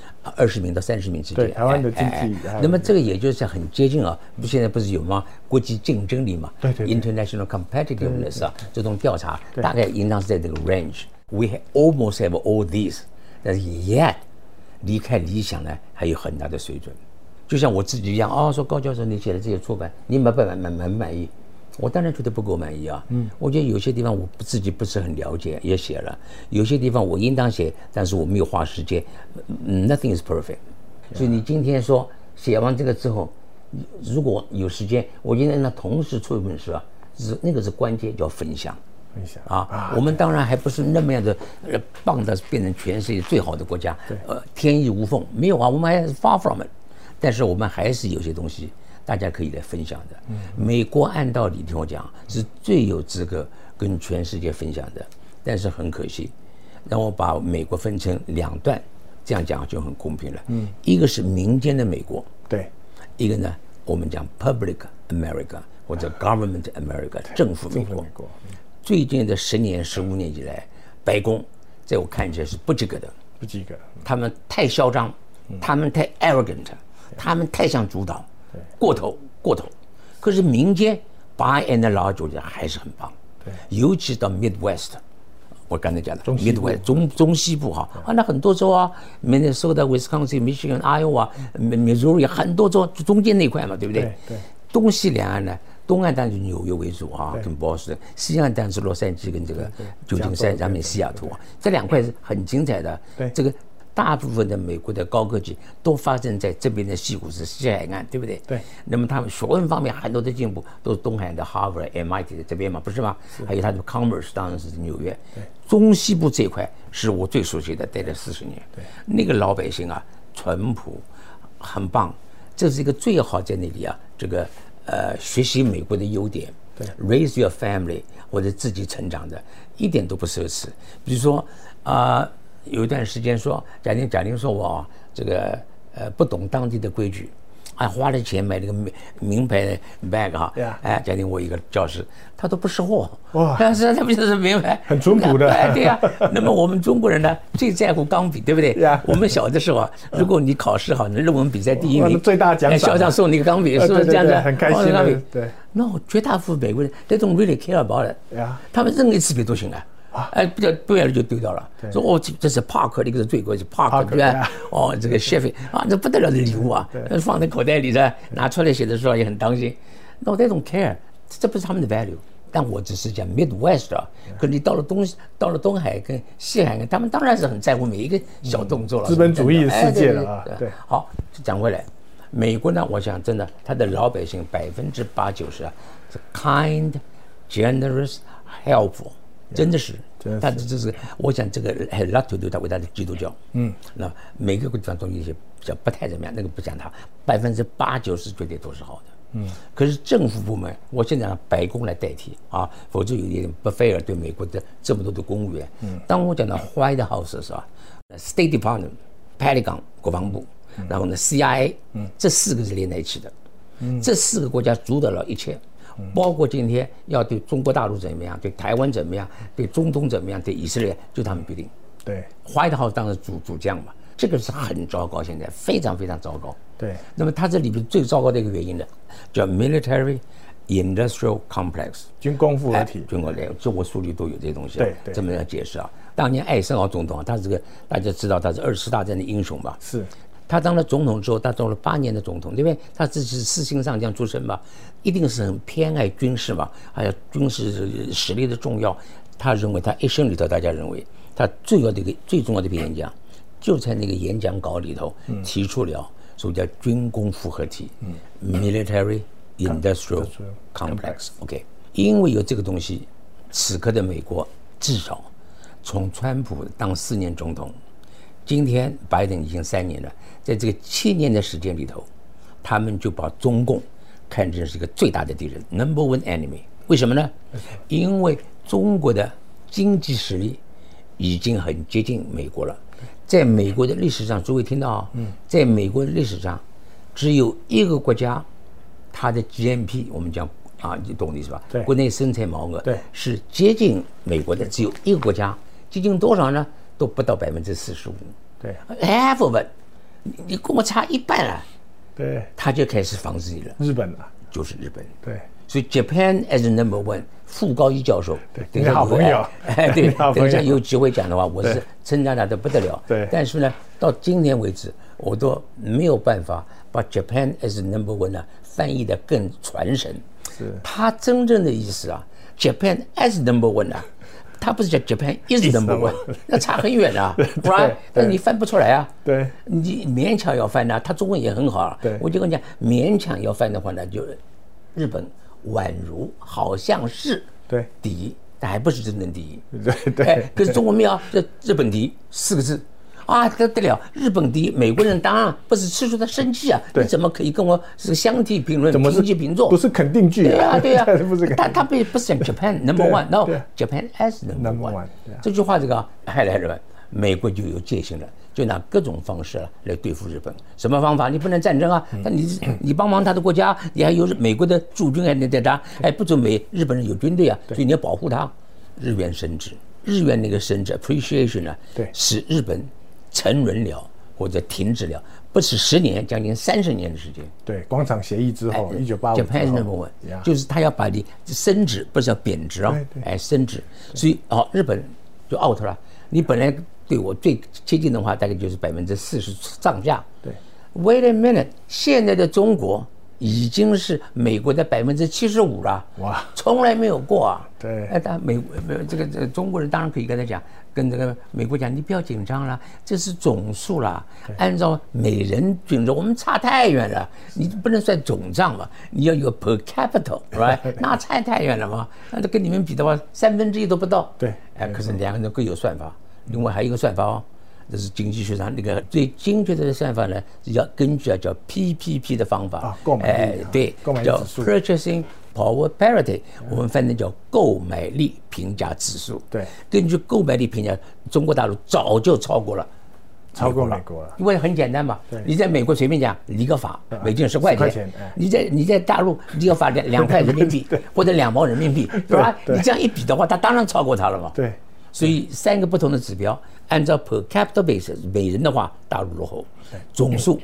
，20名到30名之间。 对，台湾的经济。 那么这个也就是很接近啊，现在不是有吗？国际竞争力嘛， 对 ，international competitiveness 啊，这种调查大概应当是在这个 range。We almost have all these， 但是 yet 离开理想呢还有很大的水准。就像我自己一样说高教授你写的这些出版，你满不满意？ 我当然觉得不够满意啊。我觉得有些地方我自己不是很了解，也写了；有些地方我应当写，但是我没有花时间。Nothing is perfect。所以你今天说写完这个之后，如果有时间，我今天呢同时出一本书啊，那个是关键，叫分享。我们当然还不是那么样的棒的变成全世界最好的国家，天衣无缝，没有啊，我们还是 far from it。但是我们还是有些东西大家可以来分享的。美国按道理听我讲是最有资格跟全世界分享的，但是很可惜，让我把美国分成2段，这样讲就很公平了。一个是民间的美国， 对， 一个呢我们讲 public America 或者 government America 政府美国。最近的10年、15年以来，白宫在我看起来是不及格的， 不及格。 他们太嚣张，他们太 arrogant， 他们太想主导，过头。可是民间 by and large 我觉得还是很棒，尤其到 Midwest， 我刚才讲的 Midwest 中西部哈那很多州啊 ，Minnesota、Wisconsin、Michigan、Iowa、Missouri 很多州中间那块嘛，对不对？ 对。 东西两岸呢？东岸当然是纽约为主跟波士顿；西岸当然是洛杉矶跟这个旧金山、然后西雅图这2块是很精彩的。这个大部分的美国的高科技都发生在这边的西谷是西海岸，对不对？ 对。 那么他们学问方面很多的进步都是东海岸的 Harvard、MIT 的这边嘛，不是吗？还有他的 Commerce 当然是纽约。中西部这一块是我最熟悉的，待了40年。那个老百姓啊，淳朴，很棒。这是一个最好在那里啊，这个。学习美国的优点 ，raise your family 或者自己成长的，一点都不奢侈。比如说有一段时间说，贾玲说我这个不懂当地的规矩，花了钱买了个名牌 bag 贾玲我一个教师，他都不识货，但是他不就是名牌， 很淳朴的， 对呀。那么我们中国人呢，最在乎钢笔，对不对？我们小的时候如果你考试好，你论文比赛第1名， 最大奖赏， 校长送你一个钢笔，是不是这样子？ 很开心的，对。 那绝大部分美国人 they don't really care about it， 他们任一次笔都行不要了就丢掉了。说这是 Park 那个是最贵，是 Park 对吧？这个 Chevy 这不得了的礼物放在口袋里的，拿出来写的时候也很当心。No they don't care， 这不是他们的 value。但我只是讲 Midwest 可你到了东海跟西海岸，他们当然是很在乎每一个小动作了。 资本主义的世界了对。 好，讲回来，美国呢，我想真的，他的老百姓80%-90%是 kind、generous、helpful。真的是，但是这是我想这个 has a lot to do 他为他的基督教，那每个地方都有一些比较不太怎么样，那个不讲他，80%-90%绝对都是好的，可是政府部门，我现在让白宫来代替否则有一点不 fair 对美国的这么多的公务员，当我讲到 White House 的时候，State Department、Pentagon 国防部，然后呢 CIA，这4个是连在一起的，这4个国家主导了一切。包括今天要对中国大陆怎么样，对台湾怎么样，对中东怎么样，对以色列，就他们决定。 对 ，White House当然主将嘛，这个是很糟糕，现在非常非常糟糕。 对， 那么它这里面最糟糕的一个原因呢，叫 Military Industrial Complex， 军工复合体。 军工类，这我书里都有这些东西。 对， 这么样解释当年艾森豪总统他这个大家知道他是2次大战的英雄吧？ 是。 他当了总统之后，他当了8年的总统，对不对？他自己是4星上将出身吧，一定是很偏爱军事嘛，还有军事实力的重要。他认为他一生里头，大家认为他最重要的一篇演讲，就在那个演讲稿里头提出了所谓叫军工复合体 （Military Industrial Complex）。OK， 因为有这个东西，此刻的美国至少从川普当4年总统。今天拜登已经3年了，在这个7年的时间里头，他们就把中共看成是一个最大的敌人 ，number one enemy。为什么呢？因为中国的经济实力已经很接近美国了。在美国的历史上，诸位听到在美国的历史上，只有一个国家，它的 GNP 我们讲你懂我的意思吧？ 对， 国内生产毛额是接近美国的，只有一个国家，接近多少呢？都不到45%， 对 ，half of it， 你跟我差一半了， 对， 他就开始防止你了。 日本啊， 就是日本， 对， 所以 Japan as number one， 傅高义教授， 对，你好朋友， 对，等一下有机会讲的话，我是称赞他的不得了， 对， 但是呢，到今天为止，我都没有办法把 Japan as number one 翻译的更传神。 它真正的意思啊 ，Japan as number one 啊，它不是叫 Japan is number one， 那差很远啊 ，right？ 但是你翻不出来啊， 对， 你勉强要翻啊，它中文也很好啊，我就跟你讲，勉强要翻的话呢，就日本宛如好像是第一，但还不是真正第一， 对， 可是中国没有，这日本第一4个字。啊，得了！日本第一，美国人当然不是吃出他生气啊！你怎么可以跟我是相提并论、平起平坐？ 不是肯定句啊！对呀， 不是。 他不是讲 Japan number one，no Japan as number one。这句话这个害来日本，美国就有戒心了，就拿各种方式来对付日本。什么方法？你不能战争啊！但你帮忙他的国家，你还有美国的驻军还在他，还不准日本人有军队啊，所以你要保护他。日元升值，日元那个升值 appreciation 呢，使日本沉沦了或者停止了，不是10年，将近30年的时间。 对，广场协议之后，1985之后 ，Japan number one，就是他要把你升值，不是要贬值啊，升值。所以日本就 out 了。你本来对我最接近的话，大概就是40%上下。 对 ，Wait a minute， 现在的中国已经是美国的75%了，哇，从来没有过啊。 对， 但这个中国人当然可以跟他讲，跟这个美国讲，你不要紧张了，这是总数啦，按照每人均值，我们差太远了，你不能算总账嘛，你要有 per capita，right？ 那差太远了嘛，那跟你们比的话，1/3都不到。 对， 可是两个人各有算法，另外还有一个算法哦。这是经济学上那个最精确的算法呢，是要根据叫 PPP 的方法， 购买力， 对，叫 Purchasing Power Parity， 我们翻译叫购买力评价指数。 对， 根据购买力评价，中国大陆早就超过美国了，因为很简单嘛，你在美国随便讲理个法，美金10块钱，你在大陆理个法2块人民币或者2毛人民币，对吧？你这样一比的话，它当然超过它了嘛。 对。 所以3个不同的指标，按照 per capita basis 每人的话，大陆落后，总数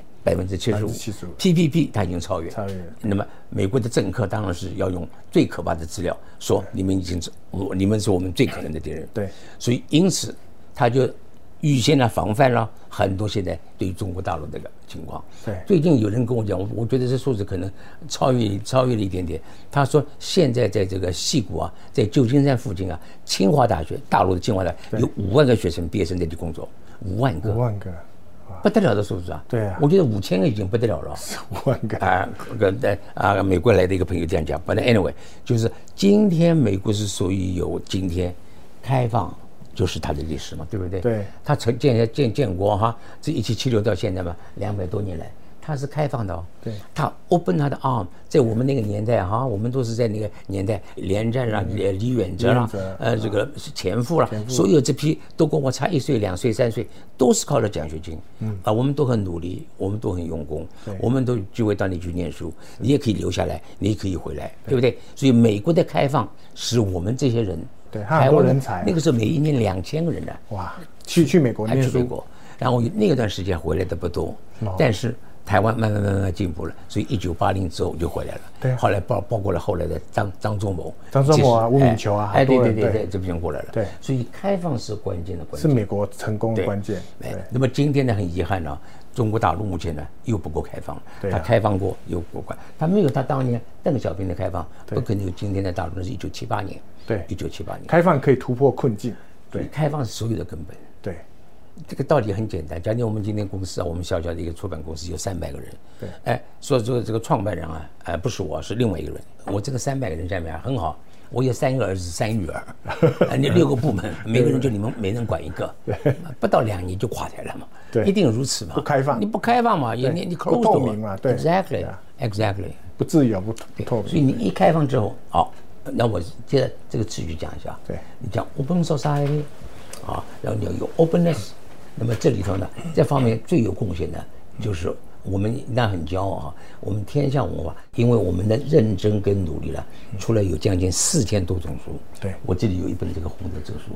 75%，PPP 它已经超越。那么美国的政客当然是要用最可怕的资料，说你们是我们最可能的敌人。 对， 所以因此他就预先防范了很多现在对于中国大陆这个情况。 对， 最近有人跟我讲，我觉得这数字可能超越了一点点。他说现在在这个矽谷啊，在旧金山附近啊，清华大学，大陆的清华大学有5万个学生毕业生在这里工作，5万个，不得了的数字啊！ 对啊， 我觉得5000个已经不得了了。 5万个美国来的一个朋友这样讲。But anyway， 就是今天美国是属于有今天开放。就是它的历史嘛，对不对？ 对， 它建国哈，这1776到现在嘛，200多年来，它是开放的哦。 对， 它 open 它的 arm， 在我们那个年代哈，我们都是在那个年代，连战啦、李远哲啦，这个前夫啦，所有这批都跟我差1岁、2岁、3岁，都是靠着奖学金。我们都很努力，我们都很用功，我们都就会到你去念书，你也可以留下来，你也可以回来，对不对？所以美国的开放使我们这些人。 对，很多人才。 那个时候每一年2000个人呢， 哇，去美国念书， 然后那段时间回来的不多，但是台湾慢慢进步了，所以1980之后就回来了。 对， 后来包括了后来的张忠谋啊、吴敏球啊， 对，这边过来了。 对， 所以开放是关键的关键， 是美国成功的关键。 对，那么今天呢，很遗憾呢，中国大陆目前呢又不够开放，它开放过又过关，它没有它当年邓小平的开放，不可能有今天的大陆。那是1978年。 对 ，1978年开放可以突破困境。 对，开放是所有的根本。 对， 这个道理很简单。假如我们今天公司啊，我们小小的一个出版公司有300个人， 对， 说这个创办人啊，不是我，是另外一个人。我这个300个人下面很好，我有3个儿子3个女儿，你6个部门，每个人就你们每人管一个，不到2年就垮台了嘛。 对， 一定如此嘛。 不开放， 你不开放嘛，你不透明嘛，对 ，exactly， 不自由不透明。 所以你一开放之后，好。那我接着这个词语讲一下。 对， 你讲 open society， 然后你要有 openness。那么这里头呢，这方面最有贡献的就是我们那很骄傲我们天下文化，因为我们的认真跟努力了，出来有将近4000多种书。 对， 我这里有一本这个红的这个书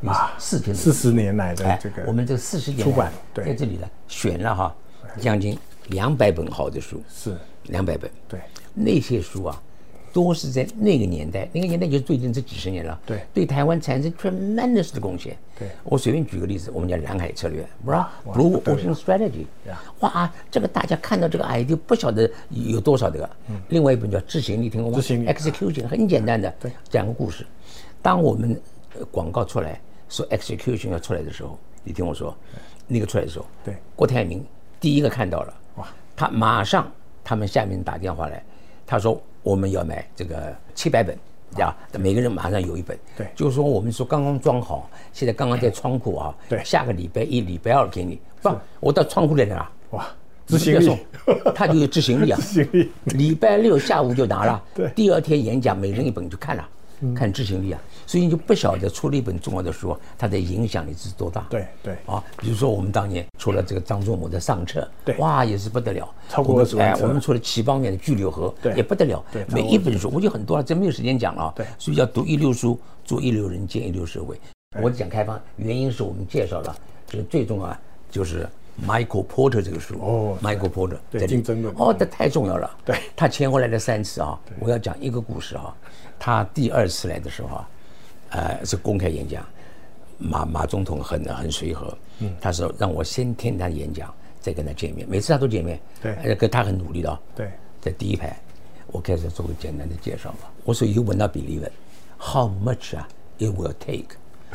40年来的这个， 我们这40年出版在这里呢选了将近200本好的书， 是 200本。 对， 那些书都是在那个年代，那个年代就是最近这几十年了，对台湾产生 tremendous 的贡献。 对， 我随便举个例子，我们叫蓝海策略，不是 Blue Ocean Strategy， 哇，这个大家看到这个 idea 不晓得有多少个。另外一本叫执行力，听过吗？ 执行力 ，execution 很简单的，讲个故事。当我们广告出来说 execution 要出来的时候，你听我说，那个出来的时候， 对， 郭台铭第一个看到了，哇，他马上他们下面打电话来，他说我们要买这个700本，呀，每个人马上有一本， 对， 就是说我们说刚刚装好，现在刚刚在仓库啊， 对， 下个礼拜1、礼拜2给你，不，我到仓库来拿， 哇，执行力， 他就有执行力啊， 执行力， 礼拜6下午就拿了， 对， 第2天演讲每人一本就看了。看执行力啊，所以你就不晓得出了一本重要的书，它的影响力是多大。 对啊， 比如说我们当年出了这个张忠谋的上册， 对， 哇，也是不得了， 超过20万册。 我们出了齐邦媛的巨流河， 对， 也不得了。 对， 每一本书我就很多了，真没有时间讲了啊。 对， 所以要读一流书，做一流人，见一流社会。我讲开放，原因是我们介绍了这个最重要就是 Michael Porter 这个书。 哦 ，Michael Porter 对竞争论。 哦，这太重要了。 对， 他前后来了3次啊。我要讲一个故事啊。他第2次来的时候啊，是公开演讲，马总统很随和，他说让我先听他演讲，再跟他见面，每次他都见面， 对， 跟他很努力的， 对， 在第一排，我开始做个简单的介绍吧。我说 You will not believe it, how much it will take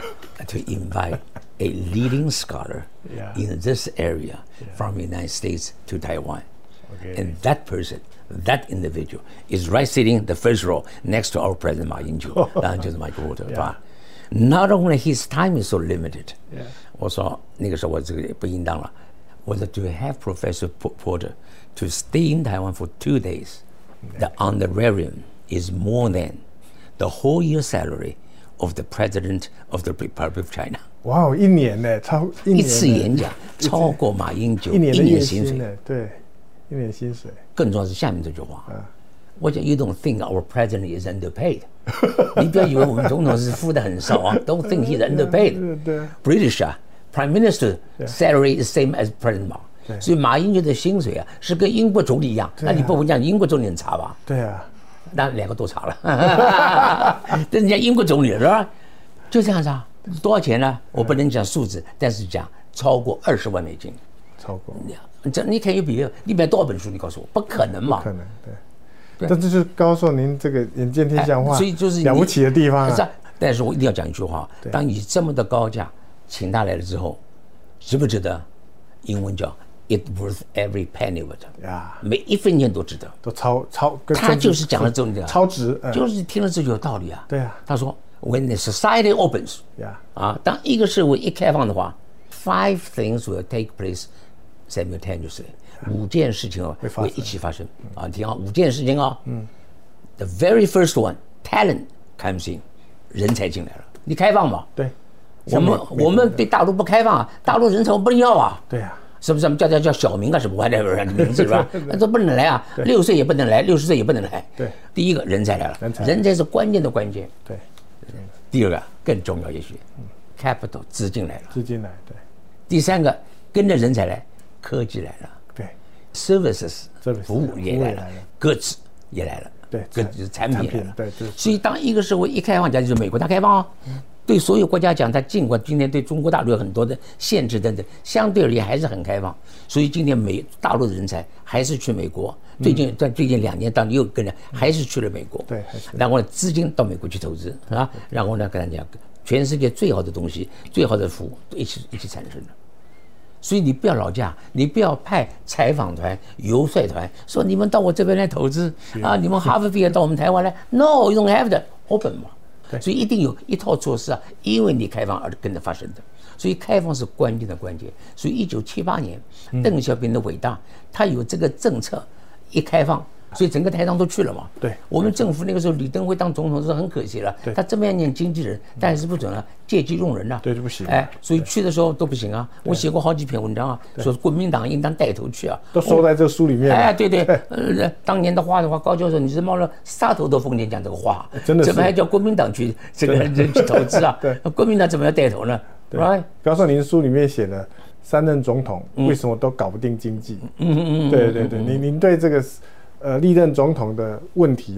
to invite a leading scholar in this area from the United States to Taiwan, and that person.That individual is right sitting the first row next to our president Ma Ying-jeou， 然后就是 Michael Porter， 对吧 ？Not only his time is so limited， 我说那个时候我这个不应当了，我说 to have Professor Porter to stay in Taiwan for 2 days， the honorarium is more than the whole year salary of the president of the Republic of China。 哇，1年呢， 一次演讲超过马英九 1年薪水， 对。1年薪水， 更重要是下面这句话。我讲 You don't think our president is underpaid？ 你不要以为我们总统是付的很少啊。Don't think he's underpaid。British Prime Minister salary is same as President Ma。所以马英九的薪水是跟英国总理一样。那你不会讲英国总理很差吧？ 对啊， 那2个都差了。但人家英国总理是吧？就这样子啊。多少钱呢？我不能讲数字，但是讲超过20万美金。 超过。 这你可以比，你买多少本书？你告诉我，不可能嘛？ 不可能，对。但这就是高寿您这个眼见天下话， 所以就是了不起的地方啊。 但是我一定要讲一句话：当你这么的高价请他来了之后，值不值得？英文叫 "It worth every penny of it"， 呀，每一分钱都值得， 都超。 他就是讲了这种超值， 就是听了这就有道理啊。 对啊， 他说 "When the society opens， 当一个社会一开放的话 ，5 things will take place。simultaneously， 5件事情会一起发生啊！你听啊，5件事情啊。The very first one, talent comes in， 人才进来了。你开放嘛？ 对。 我们对大陆不开放啊，大陆人才我不能要啊。 对啊。 是不是？叫小明啊什么 whatever 的名字是吧？那都不能来啊，6岁也不能来，60岁也不能来。 对。 第一个人才来了，人才是关键的关键。 对。 第2个更重要也许 ，capital 资金来了。 资金来，对。 第3个跟着人才来。科技来了， 对 ，services 服务也来了，goods 也来了， 对， 就是产品来了， 对。 所以当一个社会一开放，就是美国它开放啊，对所有国家讲，它尽管今天对中国大陆有很多的限制等等，相对而言还是很开放。所以今天大陆的人才还是去美国，最近2年当然又跟着还是去了美国， 对， 然后呢资金到美国去投资啊，然后呢跟他讲，全世界最好的东西、最好的服务都一起产生的。所以你不要劳驾，你不要派采访团、游说团，说你们到我这边来投资啊，你们哈佛毕业到我们台湾来 ，No， you don't have that open 嘛。所以一定有一套措施啊，因为你开放而跟着发生的。所以开放是关键的关键。所以1978年，邓小平的伟大，他有这个政策一开放。所以整个台商都去了嘛。 对， 我们政府那个时候李登辉当总统是很可惜了。他这么样念经纪人，但是不准啊，借机用人啊。 对，就不行。 所以去的时候都不行啊。我写过好几篇文章啊，说国民党应当带头去啊。 都收在这书里面。 对。当年的话，高教授你是冒了杀头的风险讲这个话， 真的是。 怎么还叫国民党去这个去投资啊？对，国民党怎么要带头呢？ 对。高寿，您书里面写的3任总统为什么都搞不定经济？对。您对这个。历任总统的问题啊，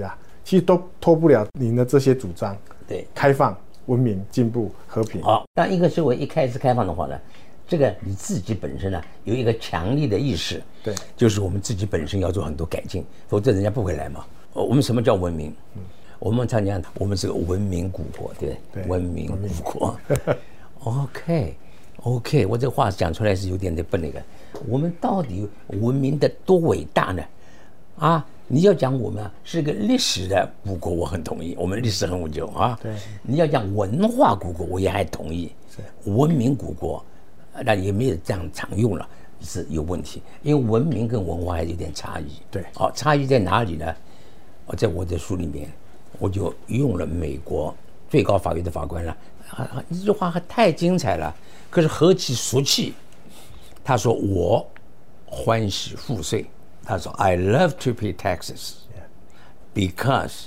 其实都脱不了您的这些主张。 对， 开放、文明、进步、和平。 好，当一个社会一开始开放的话呢，这个你自己本身呢有一个强烈的意识， 对， 就是我们自己本身要做很多改进，否则人家不会来嘛。我们什么叫文明？我们常讲我们是个文明古国，对不对？文明古国。OK， 我这话讲出来是有点不那个。我们到底文明的多伟大呢？啊，你要讲我们是个历史的古国，我很同意，我们历史很悠久啊。 对， 你要讲文化古国，我也还同意。文明古国，那也没有这样常用了，是有问题，因为文明跟文化还是有点差异。 对， 差异在哪里呢？在我的书里面，我就用了美国最高法院的法官了。这句话太精彩了，可是何其俗气。他说我欢喜赋税，他说 I love to pay taxes because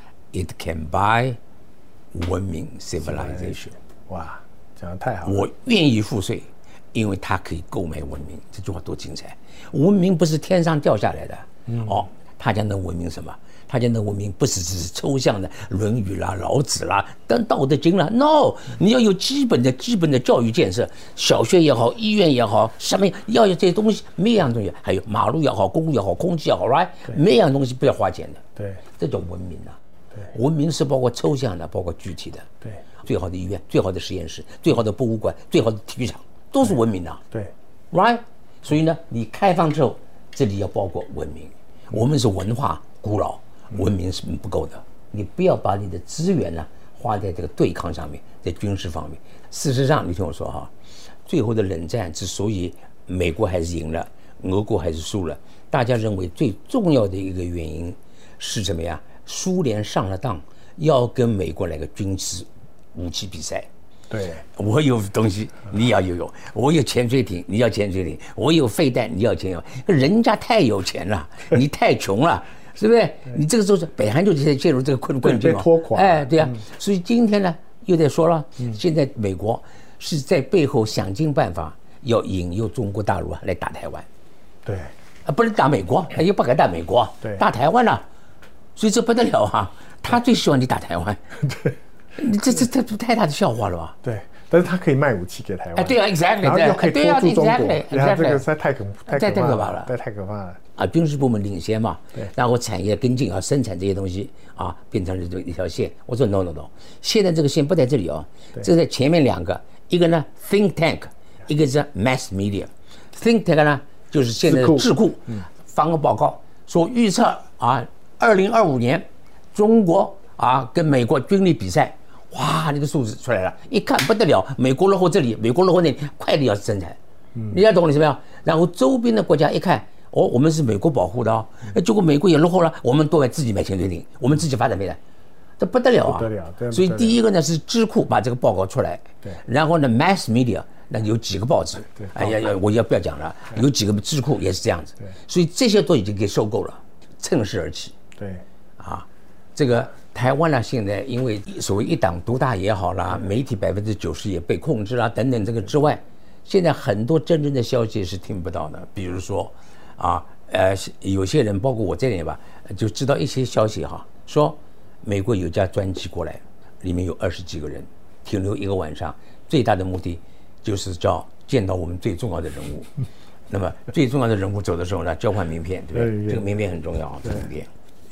it can buy 文明 civilization。 哇，讲得太好了。 我愿意赋税，因为它可以购买文明。这句话多精彩！文明不是天上掉下来的。他讲的文明什么？他讲的文明不是只是抽象的《论语》啦、老子啦、等《道德经》啦 ，no， 你要有基本的教育建设，小学也好，医院也好，什么要有这些东西，每样东西，还有马路也好，公路也好，空气也好 ，right， 每样东西不要花钱的。 对， 这叫文明啊。对，文明是包括抽象的，包括具体的。 对， 最好的医院、最好的实验室、最好的博物馆、最好的体育场，都是文明啊。 对 ，right。所以呢，你开放之后，这里要包括文明。我们是文化古老。文明是不够的，你不要把你的资源呢花在这个对抗上面，在军事方面。事实上，你听我说哈，最后的冷战之所以美国还是赢了，俄国还是输了，大家认为最重要的一个原因是什么呀？苏联上了当，要跟美国来个军事武器比赛。 对， 我有东西，你要有；我有潜水艇，你要潜水艇；我有飞弹，你要潜水艇。人家太有钱了，你太穷了。是不是？你这个时候北韩就陷入这个困境被拖垮。 哎，对啊。所以今天呢，又在说了，现在美国是在背后想尽办法要引诱中国大陆来打台湾。 对， 不是打美国，又不敢打美国， 对， 打台湾了。所以这不得了啊！他最希望你打台湾。 对， 你这太大的笑话了吧？ 对。但是他可以卖武器给台湾， 对啊 ，exactly， 然后又可以拖住中国，你看这个实在太可怕了，太可怕了啊！军事部门领先嘛，对，然后产业跟进啊，生产这些东西啊，变成了一条线。我说 no， 现在这个线不在这里哦，这在前面两个，一个呢 think tank， 一个是 mass media。think tank 呢就是现在的智库发个报告说预测啊，2025年中国啊跟美国军力比赛。哇，那个数字出来了，一看不得了，美国落后这里，美国落后那里，快点要生产，你要懂了什么样？然后周边的国家一看，我们是美国保护的结果美国也落后了，我们都要自己买潜水艇，我们自己发展飞弹，这不得了啊！ 不得了。 所以第一个呢是智库把这个报告出来， 对， 然后呢 mass media 那有几个报纸，对，哎呀，我不要讲了，有几个智库也是这样子，所以这些都已经给收购了，趁势而起， 对， 啊，这个。台湾呢，现在因为所谓一党独大也好啦，媒体90%也被控制啦，等等这个之外，现在很多真正的消息是听不到的。比如说，有些人包括我这里吧，就知道一些消息哈，说美国有架专机过来，里面有20几个人，停留1个晚上，最大的目的就是见到我们最重要的人物。那么最重要的人物走的时候呢，交换名片，对不对？这个名片很重要啊，这个名片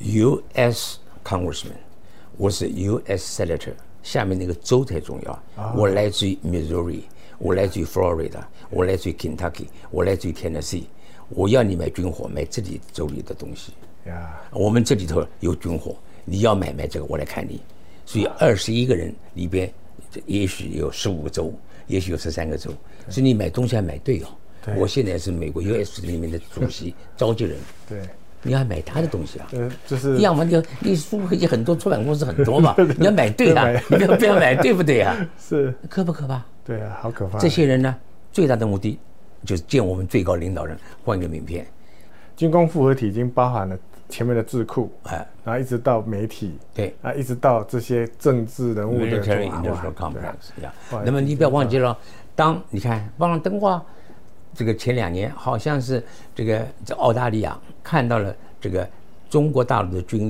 ，U.S. Congressman。我是 U.S. Senator， 下面那个州才重要。我来自于 Missouri， 我来自于 Florida， 我来自于 Kentucky， 我来自于 Tennessee。我要你买军火，买这里州里的东西。我们这里头有军火，你要买这个，我来看你。所以21个人里边，也许有15个州，也许有13个州，所以你买东西要买对哦。我现在是美国 U.S. 里面的主席召集人。 对。 你要买他的东西啊， 就是要么你书也很多，出版公司很多嘛，你要买对啊，你不要买对不对啊？ 是可不可怕？ 对啊，好可怕。 这些人呢，最大的目的就是见我们最高领导人，换一个名片。 军工复合体已经包含了前面的智库，然后一直到媒体， 对， 啊，一直到这些政治人物的 military industrial complex。那么你不要忘记了，当你看帮上灯花。这个前2年好像是这澳大利亚看到了这个中国大陆的军力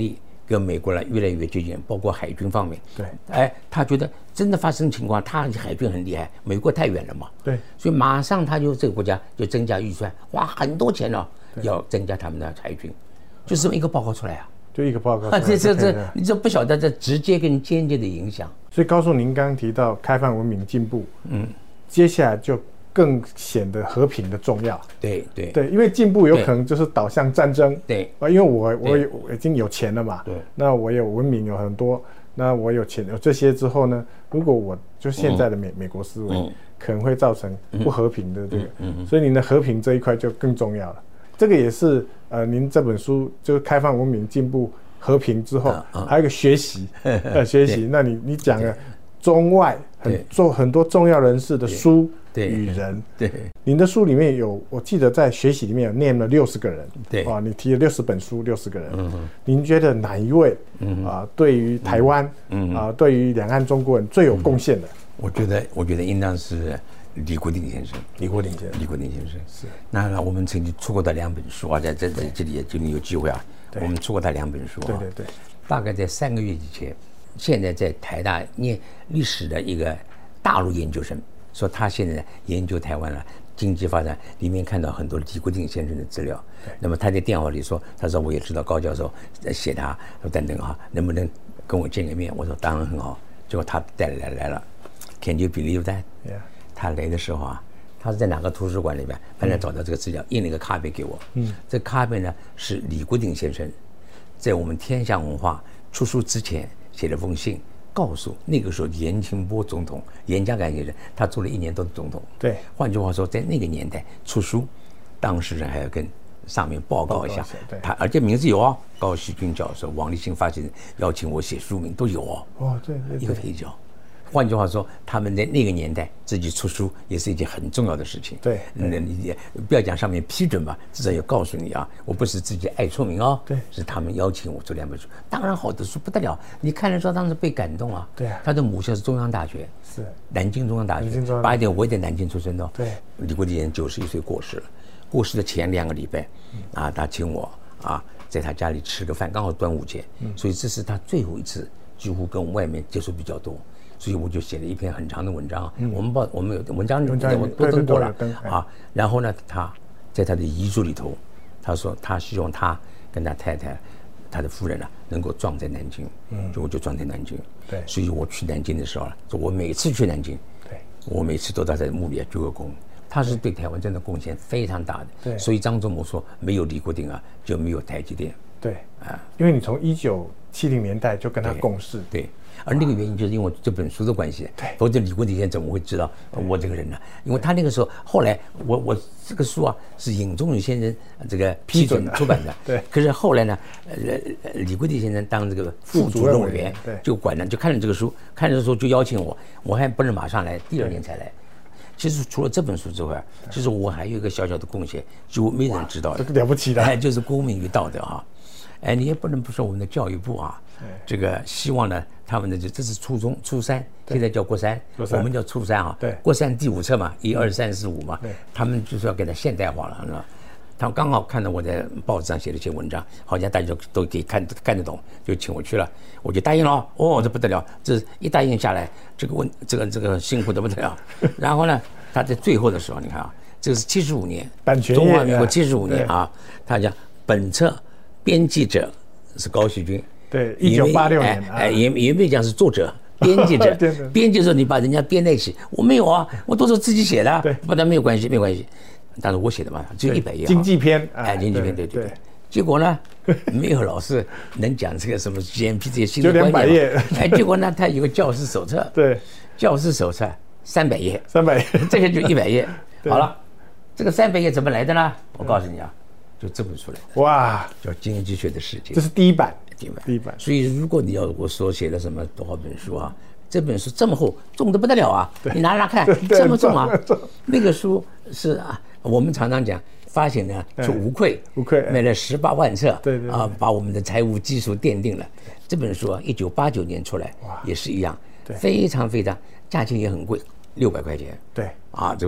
跟美国呢越来越接近，包括海军方面。 对， 哎，他觉得真的发生情况，他海军很厉害，美国太远了嘛。 对， 所以马上他就这个国家就增加预算，花很多钱了，要增加他们的海军，就这么一个报告出来啊。 就一个报告。 你这不晓得这直接跟间接的影响。 所以高叔，您刚刚提到开放文明进步，接下来就更显得和平的重要。 对， 因为进步有可能就是导向战争。 对因为我已经有钱了嘛， 对， 那我有文明有很多，那我有钱有这些之后呢，如果我就现在的美国思维，可能会造成不和平的这个，所以您的和平这一块就更重要了。这个也是您这本书就是开放文明进步和平之后，还有一个学习，学习。那你讲了中外很多重要人士的书与人。对，您的书里面有，我记得在学习里面有念了60个人。对，你提了60本书，60个人。您觉得哪一位对于台湾对于两岸中国人最有贡献的？ 我觉得应当是李国鼎先生。李国鼎先生是。那我们曾经出过他2本书啊，在这里就有机会啊，我们出过他2本书啊。对。大概在3个月以前，现在在台大念历史的一个大陆研究生，说他现在研究台湾了经济发展，里面看到很多李国鼎先生的资料。那么他在电话里说，他说我也知道高教授写他等等啊，能不能跟我见个面？我说当然很好。结果他带来了。Can you believe that？ 他来的时候啊，他是在哪个图书馆里面，反正找到这个资料，印了一个卡片给我。这卡片呢是李国鼎先生在我们天下文化出书之前写了封信，告诉那个时候严清波总统、严家淦先生，他做了1年多的总统。对，换句话说，在那个年代出书，当事人还要跟上面报告一下。他而且名字有哦，高希均教授、王立新发起人邀请我写书名都有哦。对，一个配角。换句话说，他们在那个年代自己出书也是一件很重要的事情。对，你不要讲上面批准吧，至少要告诉你啊，我不是自己爱出名哦。对，是他们邀请我做2本书，当然好的书不得了。你看的时候当时被感动啊。对啊。他的母校是中央大学，是南京中央大学，8点我也在南京出生的。对。李国鼎91岁过世了，过世的前2个礼拜，他请我在他家里吃个饭，刚好端午节，所以这是他最后一次几乎跟外面接触比较多。所以我就写了一篇很长的文章，我们有文章我都登过了然后呢，他在他的遗嘱里头，他说他希望他跟他太太、他的夫人能够葬在南京，所以我就葬在南京。对，所以我去南京的时候说我每次去南京，我每次都到他的墓里鞠个躬。他是对台湾真的贡献非常大的。对，所以张忠谋说没有李国鼎就没有台积电。对因为你从1970年代就跟他共事。对。而那个原因就是因为这本书的关系，否则李国鼎先生怎么会知道我这个人呢？因为他那个时候，后来我这个书是尹宗允先生这个批准出版的，对。可是后来呢，李国鼎先生当这个副主任委员，就管了，就看了这个书，看了这个书就邀请我，我还不能马上来，第2年才来。其实除了这本书之外，其实我还有一个小小的贡献，就没人知道的，了不起的，就是公民与道德你也不能不说我们的教育部这个希望呢，他们的这是初中初3，现在叫国3，我们叫初3对，国3第5册嘛，1、2、3、4、5嘛，他们就是要给它现代化了，是吧？他们刚好看到我在报纸上写了一些文章，好像大家都可以看得懂，就请我去了，我就答应了。这不得了，这一答应下来，这个辛苦的不得了。然后呢，他在最后的时候，你看这是75年，版权中华民国75年他讲本册编辑者是高希均。对，1986年也没讲是作者，编辑者，编辑者你把人家编在一起，我没有我都是自己写的，不但没有关系，但是我写的嘛，只有100页，经济篇，经济篇，对。结果呢，没有老师能讲这个什么 GMP 这些新的观念，结果呢，他有个教师手册，对，教师手册300页，这个就100页，好了，这个300页怎么来的呢？我告诉你就这本书来的，哇，叫《经济学的世界》，这是第一版。所以如果你要我说写了什么多少本书这本书这么厚，重得不得了你拿看，这么重那个书是我们常常讲发行呢是无愧，卖了18万册，把我们的财务基础奠定了。这本书1989年出来，也是一样，非常非常，价钱也很贵，600块钱。对这本书。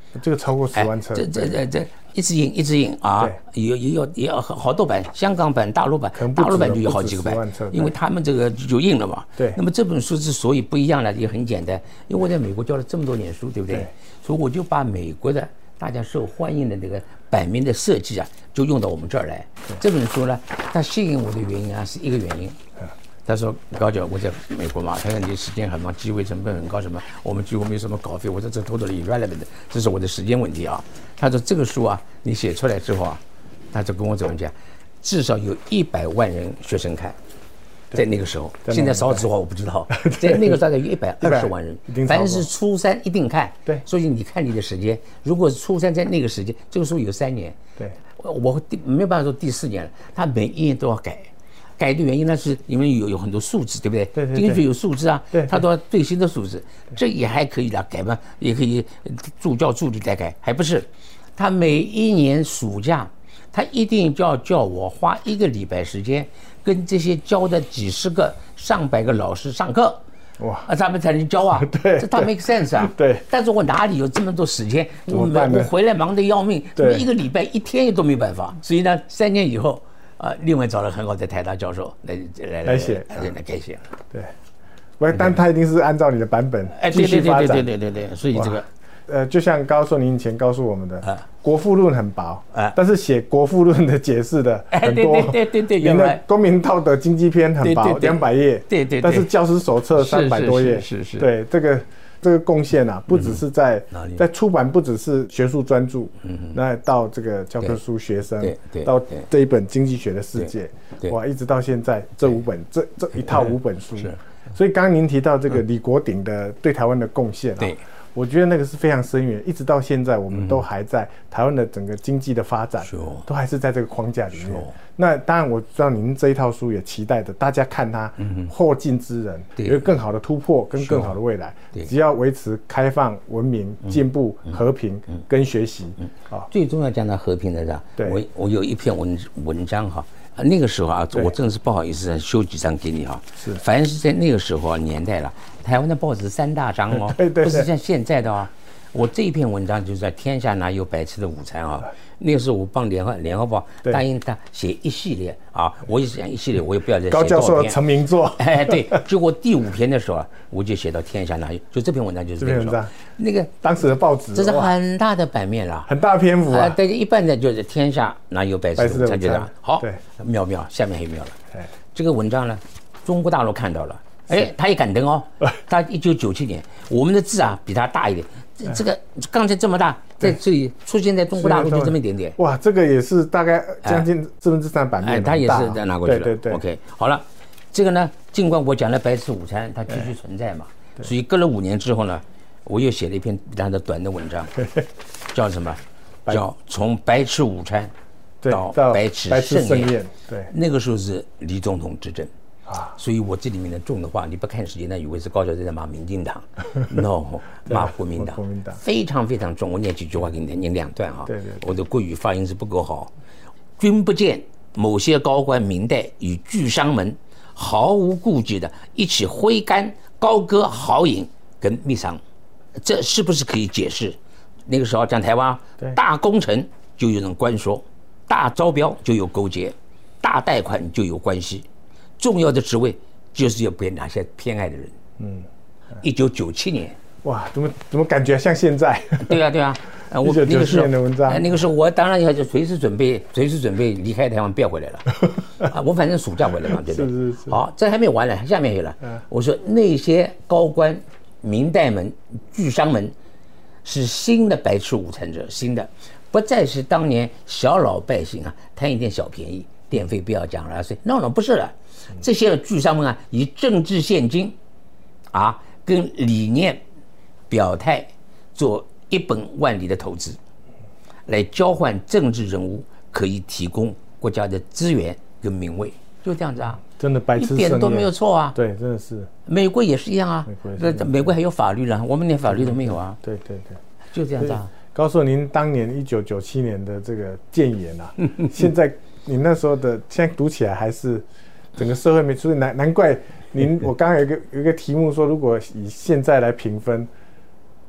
这个超过10万册， 这一直印啊，也有好多版，香港版、大陆版就有好几个版，因为他们这个就印了嘛。 对。 那么这本书之所以不一样呢，也很简单，因为我在美国教了这么多年书，对不对？所以我就把美国的大家受欢迎的这个版面的设计啊，就用到我们这儿来。这本书呢，它吸引我的原因啊，是一个原因。他说高教我在美国嘛，他说你时间很忙，机会成本很高，什么我们几乎没什么稿费。我说这 totally irrelevant， 这是我的时间问题啊。他说这个书啊，你写出来之后啊，他就跟我怎么讲，至少有100万人学生看，在那个时候，现在少子化我不知道，在那个大概有120万人，凡是初三一定看。 对， 所以你看你的时间，如果初三在那个时间，这个书有3年， 对， 我没有办法说第4年了，他每一年都要改。改的原因呢，是因为有很多数字，对不对？ 对。 经济学有数字啊， 对， 它都要最新的数字，这也还可以啦，改嘛，也可以助教助理来改，还不是？他每一年暑假，他一定就要叫我花1个礼拜时间，跟这些教的几十个、上百个老师上课。 哇！ 他们才能教啊， 对， 这他 make sense 啊。 对。 但是我哪里有这么多时间？我回来忙得要命，1个礼拜1天都没办法。所以呢，3年以后。另外找了很好的台大教授来写，来改写。 对，但他一定是按照你的版本继续发展。 对，所以这个就像高硕您以前告诉我们的，国富论很薄，但是写国富论的解释的很多。 对， 您的公民道德经济篇很薄，200页。 对， 但是教师手册300多页。 是。 对，这个贡献啊，不只是在出版，不只是学术专著，那到这个教科书学生，到这一本经济学的世界，哇，一直到现在这5本这一套5本书。所以刚刚您提到这个李国鼎的对台湾的贡献啊，我觉得那个是非常深远，一直到现在我们都还在台湾的整个经济的发展，都还是在这个框架里面。那当然我知道您这一套书也期待着大家看它后进之人有更好的突破跟更好的未来，只要维持开放、文明、进步、和平跟学习啊。 最重要讲到和平的是吧？我有一篇文章哈。那个时候啊，我真的是不好意思修几张给你哈。 是， 凡是在那个时候年代了，台湾的报纸3大张哦，不是像现在的啊。我这一篇文章就是在《天下哪有白吃的午餐》啊。那个时候我帮联合报答应他写一系列啊，我也想一系列，我也不要再写多少篇。 高教授的成名作。 对，结果第5篇的时候啊，我就写到天下哪有，就这篇文章就是这个。那个当时的报纸， 这是很大的版面了， 很大篇幅啊。 对，一般的就是天下哪有白吃的午餐，就这样。好，妙，下面还有妙了。这个文章呢，中国大陆看到了，他也敢登哦。他1997年，我们的字啊比他大一点。这个刚才这么大，在这里出现在中国大陆就这么一点点。 哇，这个也是大概将近3/4版面。 他也是拿过去了。 对。 OK， 好了，这个呢，尽管我讲了白吃午餐，它继续存在嘛，所以隔了5年之后呢，我又写了一篇比它的短的文章，叫什么？叫从白吃午餐到白吃盛宴。对，那个时候是李总统执政。所以我这里面的重的话，你不看时间呢，以为是高教授在骂民进党 ，no， 骂国民党，非常非常重。我念几句话给你听，念2段哈。 对， 我的国语发音是不够好。君不见某些高官明代与巨商们毫无顾忌的一起挥杆高歌豪饮跟密商，这是不是可以解释？那个时候讲台湾大工程就有人官说，大招标就有勾结，大贷款就有关系。重要的职位就是要被哪些偏爱的人。1997年， 哇，怎么感觉像现在？ 对啊。 我那个时候的文章， 那个时候我当然要随时准备离开台湾，不要回来了。我反正暑假回来嘛，对不对？ 是。 好，这还没有完了，下面有了。我说那些高官、明代们、巨商们是新的白吃午餐者，新的不再是当年小老百姓啊贪一点小便宜，电费不要讲了，所以 no 不是了。这些巨商们啊，以政治现金啊跟理念表态，做1本万里的投资，来交换政治人物可以提供国家的资源跟名位，就这样子啊， 真的白痴， 一点都没有错啊。 对，真的是。 美国也是一样啊，美国还有法律了，我们连法律都没有啊。 对， 就这样子啊。 告诉您当年1997年的这个谏言啊，现在你那时候的，现在读起来还是。整个社会没出现，难怪您。我刚刚有一个题目说，如果以现在来评分，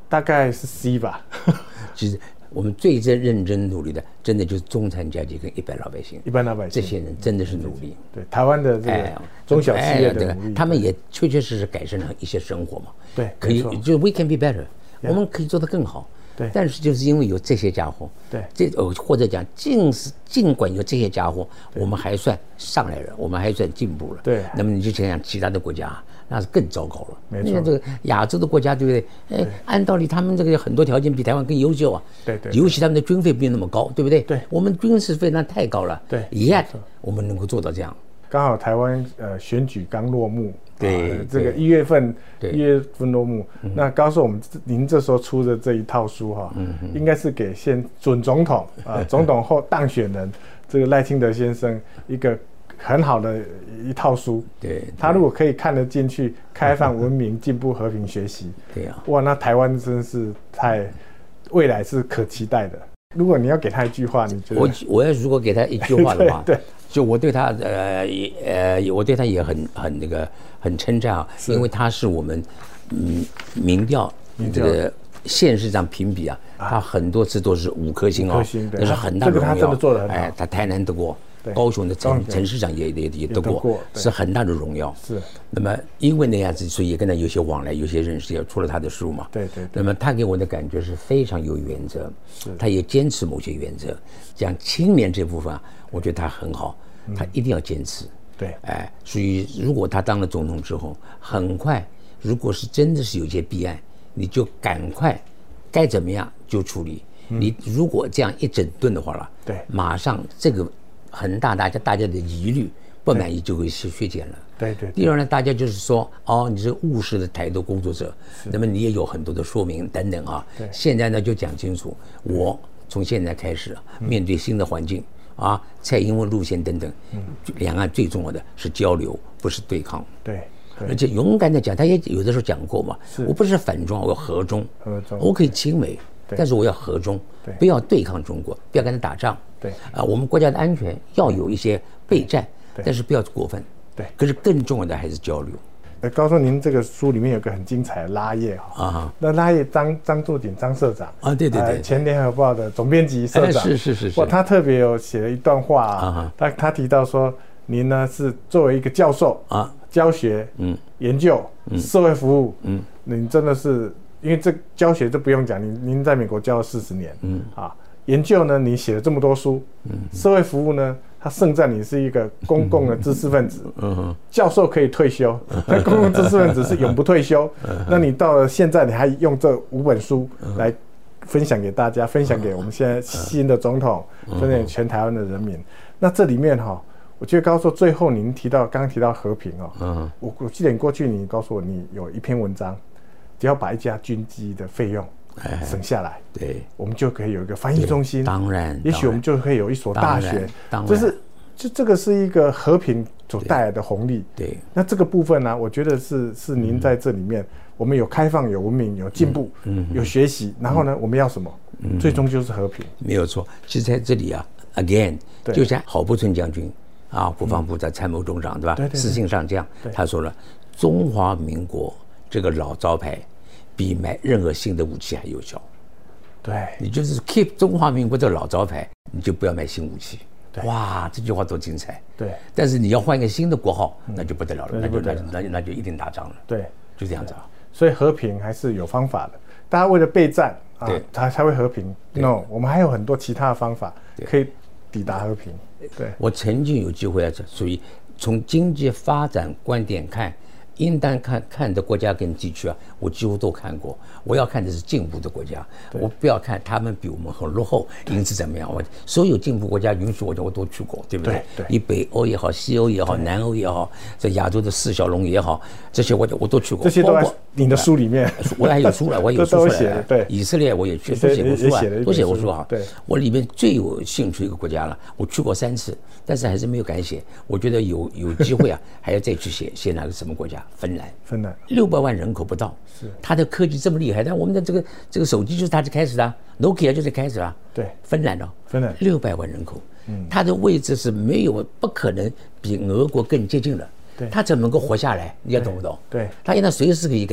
大概是 C 吧。 其实我们最认真努力的，真的就是中产阶级跟一般老百姓。 一般老百姓这些人真的是努力。 对台湾的这个中小企业的努力， 他们也确确实实改善了一些生活嘛。 对， 可以，就是 we can be better， 我们可以做得更好。 对， 但是就是因为有这些家伙， 对， 或者讲尽管有这些家伙，我们还算上来了，我们还算进步了。 对， 那么你就想想其他的国家，那是更糟糕了。 没错， 你看这个亚洲的国家，对不对？哎，按道理他们这个很多条件比台湾更优秀啊。 对， 尤其他们的军费没有那么高，对不对？ 对， 我们军事费那太高了。 对 ，yet 我们能够做到这样。 刚好台湾选举刚落幕， 对， 这个1月份落幕。那高寿，您这时候出的这一套书哈，应该是给准总统总统后当选人这个赖清德先生一个很好的一套书。 对， 他如果可以看得进去，开放、文明、进步、和平、学习， 对呀， 哇，那台湾真是未来是可期待的。如果你要给他一句话，你觉得？ 我要如果给他一句话的话， 对， 就我对他我对他也很称赞啊，因为他是我们民调这个县市长评比啊，他很多次都是5颗星哦，那是很大的荣耀。 这个他真的做得很好。 哎，他台南得过，高雄的陈市长也得过，是很大的荣耀。 是。 那么因为那样子，所以也跟他有些往来，有些认识，也出了他的书嘛。 对。 那么他给我的感觉是非常有原则，他也坚持某些原则。讲青年这部分啊，我觉得他很好，他一定要坚持。 对。 哎，所以如果他当了总统之后，很快，如果是真的是有些弊案，你就赶快该怎么样就处理。你如果这样一整顿的话了， 对， 马上这个很大大家的疑虑不满意就会削减了。 对。 第二呢，大家就是说，哦，你是务实的台独工作者，那么你也有很多的说明等等啊。现在呢就讲清楚，我从现在开始面对新的环境啊，蔡英文路线等等，两岸最重要的是交流，不是对抗。 对。 而且勇敢的讲，他也有的时候讲过嘛，我不是反中，我要和中，我可以亲美，但是我要和中，不要对抗中国，不要跟他打仗。 对我们国家的安全要有一些备战，但是不要过分。 对， 可是更重要的还是交流。 高寿，您这个书里面有个很精彩的拉页哈，那拉页张作锦张社长啊，对， 前联合报的总编辑社长， 是， 哇，他特别有写了一段话啊，他提到说，您呢是作为一个教授啊，教学、研究、社会服务，你真的是因为这教学这不用讲，您在美国教了40年，研究呢你写了这么多书，社会服务呢，他胜在你是一个公共的知识分子，教授可以退休，但公共知识分子是永不退休。那你到了现在，你还用这5本书来分享给大家，分享给我们现在新的总统，分享给全台湾的人民。那这里面我觉得高寿最后您刚刚提到和平我记得你过去你告诉我你有一篇文章，只要把一架军机的费用省下来， 对， 我们就可以有一个翻译中心， 当然， 也许我们就可以有一所大学，就这个是一个和平所带来的红利。 对， 那这个部分呢，我觉得是您在这里面，我们有开放、有文明、有进步、有学习，然后呢，我们要什么？最终就是和平。 没有错，其实在这里again， 就像郝柏村将军国防部的参谋总长，对吧？司信上将，他说了，中华民国这个老招牌，比买任何新的武器还有效。 对， 你就是 keep 中华民国这个老招牌，你就不要买新武器。哇，这句话多精彩！ 对， 但是你要换一个新的国号，那就不得了了，那就一定打仗了。 对， 就这样子所以和平还是有方法的，大家为了备战才会和平。No， 我们还有很多其他的方法可以抵达和平。对， 我曾经有机会属于从经济发展观点看，应当看的国家跟地区我几乎都看过。我要看的是进步的国家，我不要看他们比我们很落后，因此怎么样？我所有进步国家允许我都去过，对不对？ 对， 以北欧也好，西欧也好，南欧也好，在亚洲的4小龙也好，这些我都去过。 这些都在你的书里面， 我还有书了，我有书出来。 对， 以色列我也去，都写过书都写过书对， 我里面最有兴趣一个国家了，我去过3次，但是还是没有敢写。我觉得有机会还要再去写哪个什么国家？芬兰600万人口不到，它的科技这么厉害，但我们的这个手机就是它开始的，Nokia 就是开始了。 对， 芬兰600万人口，它的位置是不可能比俄国更接近的。它怎么能够活下来？你要懂不懂？ 对， 它现在随时可以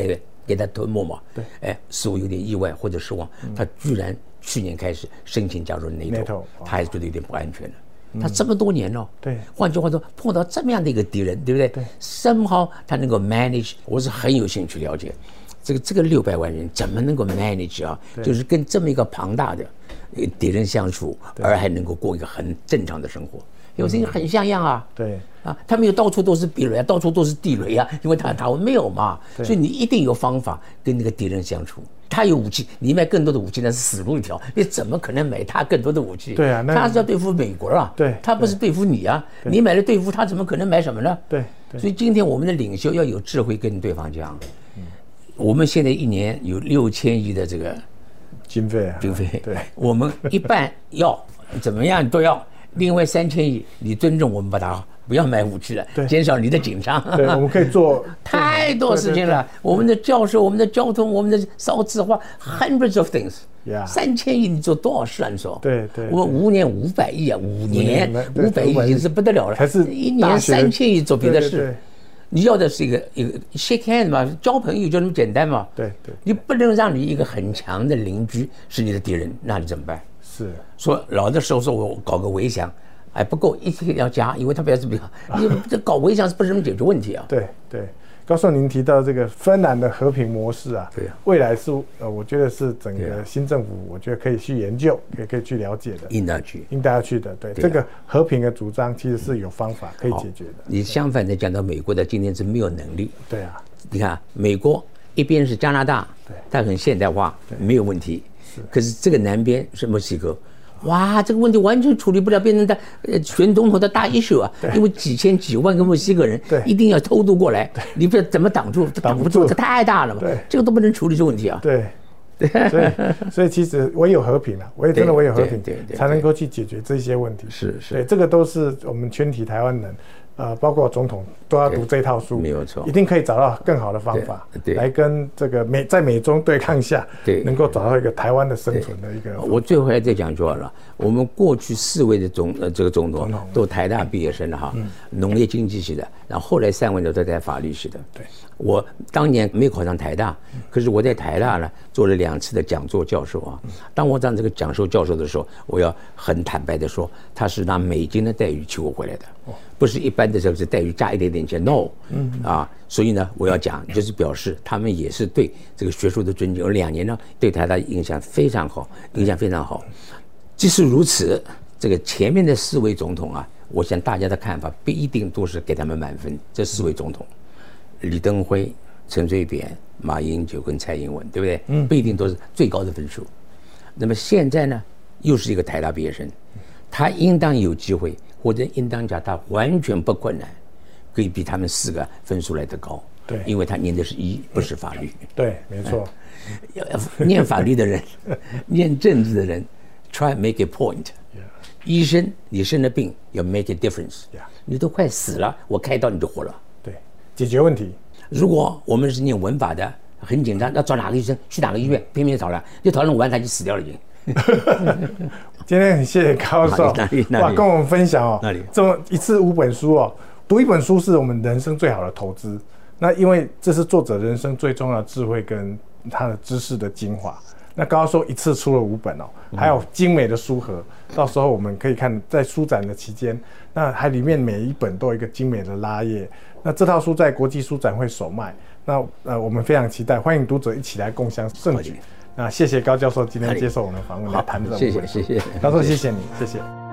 给他吞没嘛。 对， 哎，使我有点意外或者失望，他居然去年开始申请加入 NATO，他还觉得有点不安全了。他这么多年了， 对， 换句话说，碰到这么样的一个敌人，对不对？ 对 ，somehow 他能够 manage， 我是很有兴趣了解这个600万人怎么能够 manage 啊？就是跟这么一个庞大的敌人相处，而还能够过一个很正常的生活，有些很像样啊。 对啊，他们有到处都是避雷啊，到处都是地雷啊，因为台湾没有嘛，所以你一定有方法跟那个敌人相处。他有武器，你买更多的武器那是死路一条，你怎么可能买他更多的武器？ 对啊， 他是要对付美国啊， 对， 他不是对付你啊，你买了对付他，怎么可能买什么呢？ 对， 所以今天我们的领袖要有智慧跟对方讲，我们现在一年有6000亿的这个经费， 对，我们一半要怎么样都要，另外3000亿你尊重我们，把它不要买武器了，减少你的紧张。 对，我们可以做太多事情了。我们的教授、我们的交通、我们的少子化 ，hundreds of things。3000亿你做多少事啊？你说？ 对， 我5年500亿啊，5年500亿已经是不得了了。 还是一年3000亿做别的事。你要的是一个 shake hand 嘛，交朋友就那么简单嘛。 对， 你不能让你一个很强的邻居是你的敌人，那你怎么办？ 是说老的时候说我搞个围墙，哎不够，一定要加，因为他不要怎么样，你这搞围墙是不能解决问题啊。 对，高寿您提到这个芬兰的和平模式啊， 对啊， 未来是我觉得是整个新政府，我觉得可以去研究，也可以去了解的， 应该要去的。 对，这个和平的主张其实是有方法可以解决的。 你相反的讲到美国的今天是没有能力。 对啊， 你看美国一边是加拿大，它很现代化，没有问题。可是这个南边是墨西哥。哇，这个问题完全处理不了，变成选总统的大 issue 啊！因为几千几万个墨西哥人一定要偷渡过来，你不知道怎么挡住，挡不住，这太大了嘛！这个都不能处理这个问题啊！ 对，所以其实唯有和平啊，唯有和平才能够去解决这些问题。 是， 对，这个都是我们全体台湾人。包括总统都要读这套书， 没有错， 一定可以找到更好的方法，来跟这个在美中对抗下，能够找到一个台湾的生存的一个。 我最后还再讲就好了，我们过去4位的这个总统都台大毕业生的哈，农业经济系的，然后后来3位都在法律系的。 对， 我当年没考上台大，可是我在台大呢做了2次的讲座教授啊。当我当这个讲授教授的时候，我要很坦白的说，他是拿美金的待遇请我回来的，不是一般的时候是待遇加一点点钱 ，no， 所以呢，我要讲就是表示他们也是对这个学术的尊敬。有2年呢，对台大影响非常好，即使如此，这个前面的4位总统啊，我想大家的看法不一定都是给他们满分。这4位总统，李登辉、陈水扁、马英九跟蔡英文，对不对？不一定都是最高的分数。那么现在呢，又是一个台大毕业生，他应当有机会。或者应当讲，他完全不困难，可以比他们4个分数来得高。 对， 因为他念的是医，不是法律。 对，没错。 念法律的人，念政治的人 ，try make a point。医生，你生了病要 make a difference。你都快死了，我开刀你就活了。 对，解决问题。 如果我们是念文法的，很紧张，要找哪个医生，去哪个医院，拼命讨论，就讨论完他就死掉了已经。 今天很谢谢高寿哇，跟我们分享哦，这么一次5本书哦，读1本书是我们人生最好的投资。那因为这是作者人生最重要的智慧跟他的知识的精华。那高寿一次出了5本哦，还有精美的书盒，到时候我们可以看在书展的期间，那还里面每一本都有一个精美的拉页。那这套书在国际书展会首卖，那我们非常期待，欢迎读者一起来共襄盛举。那谢谢高教授今天接受我们的访问来谈这个问题。 谢谢高教授，谢谢你，谢谢。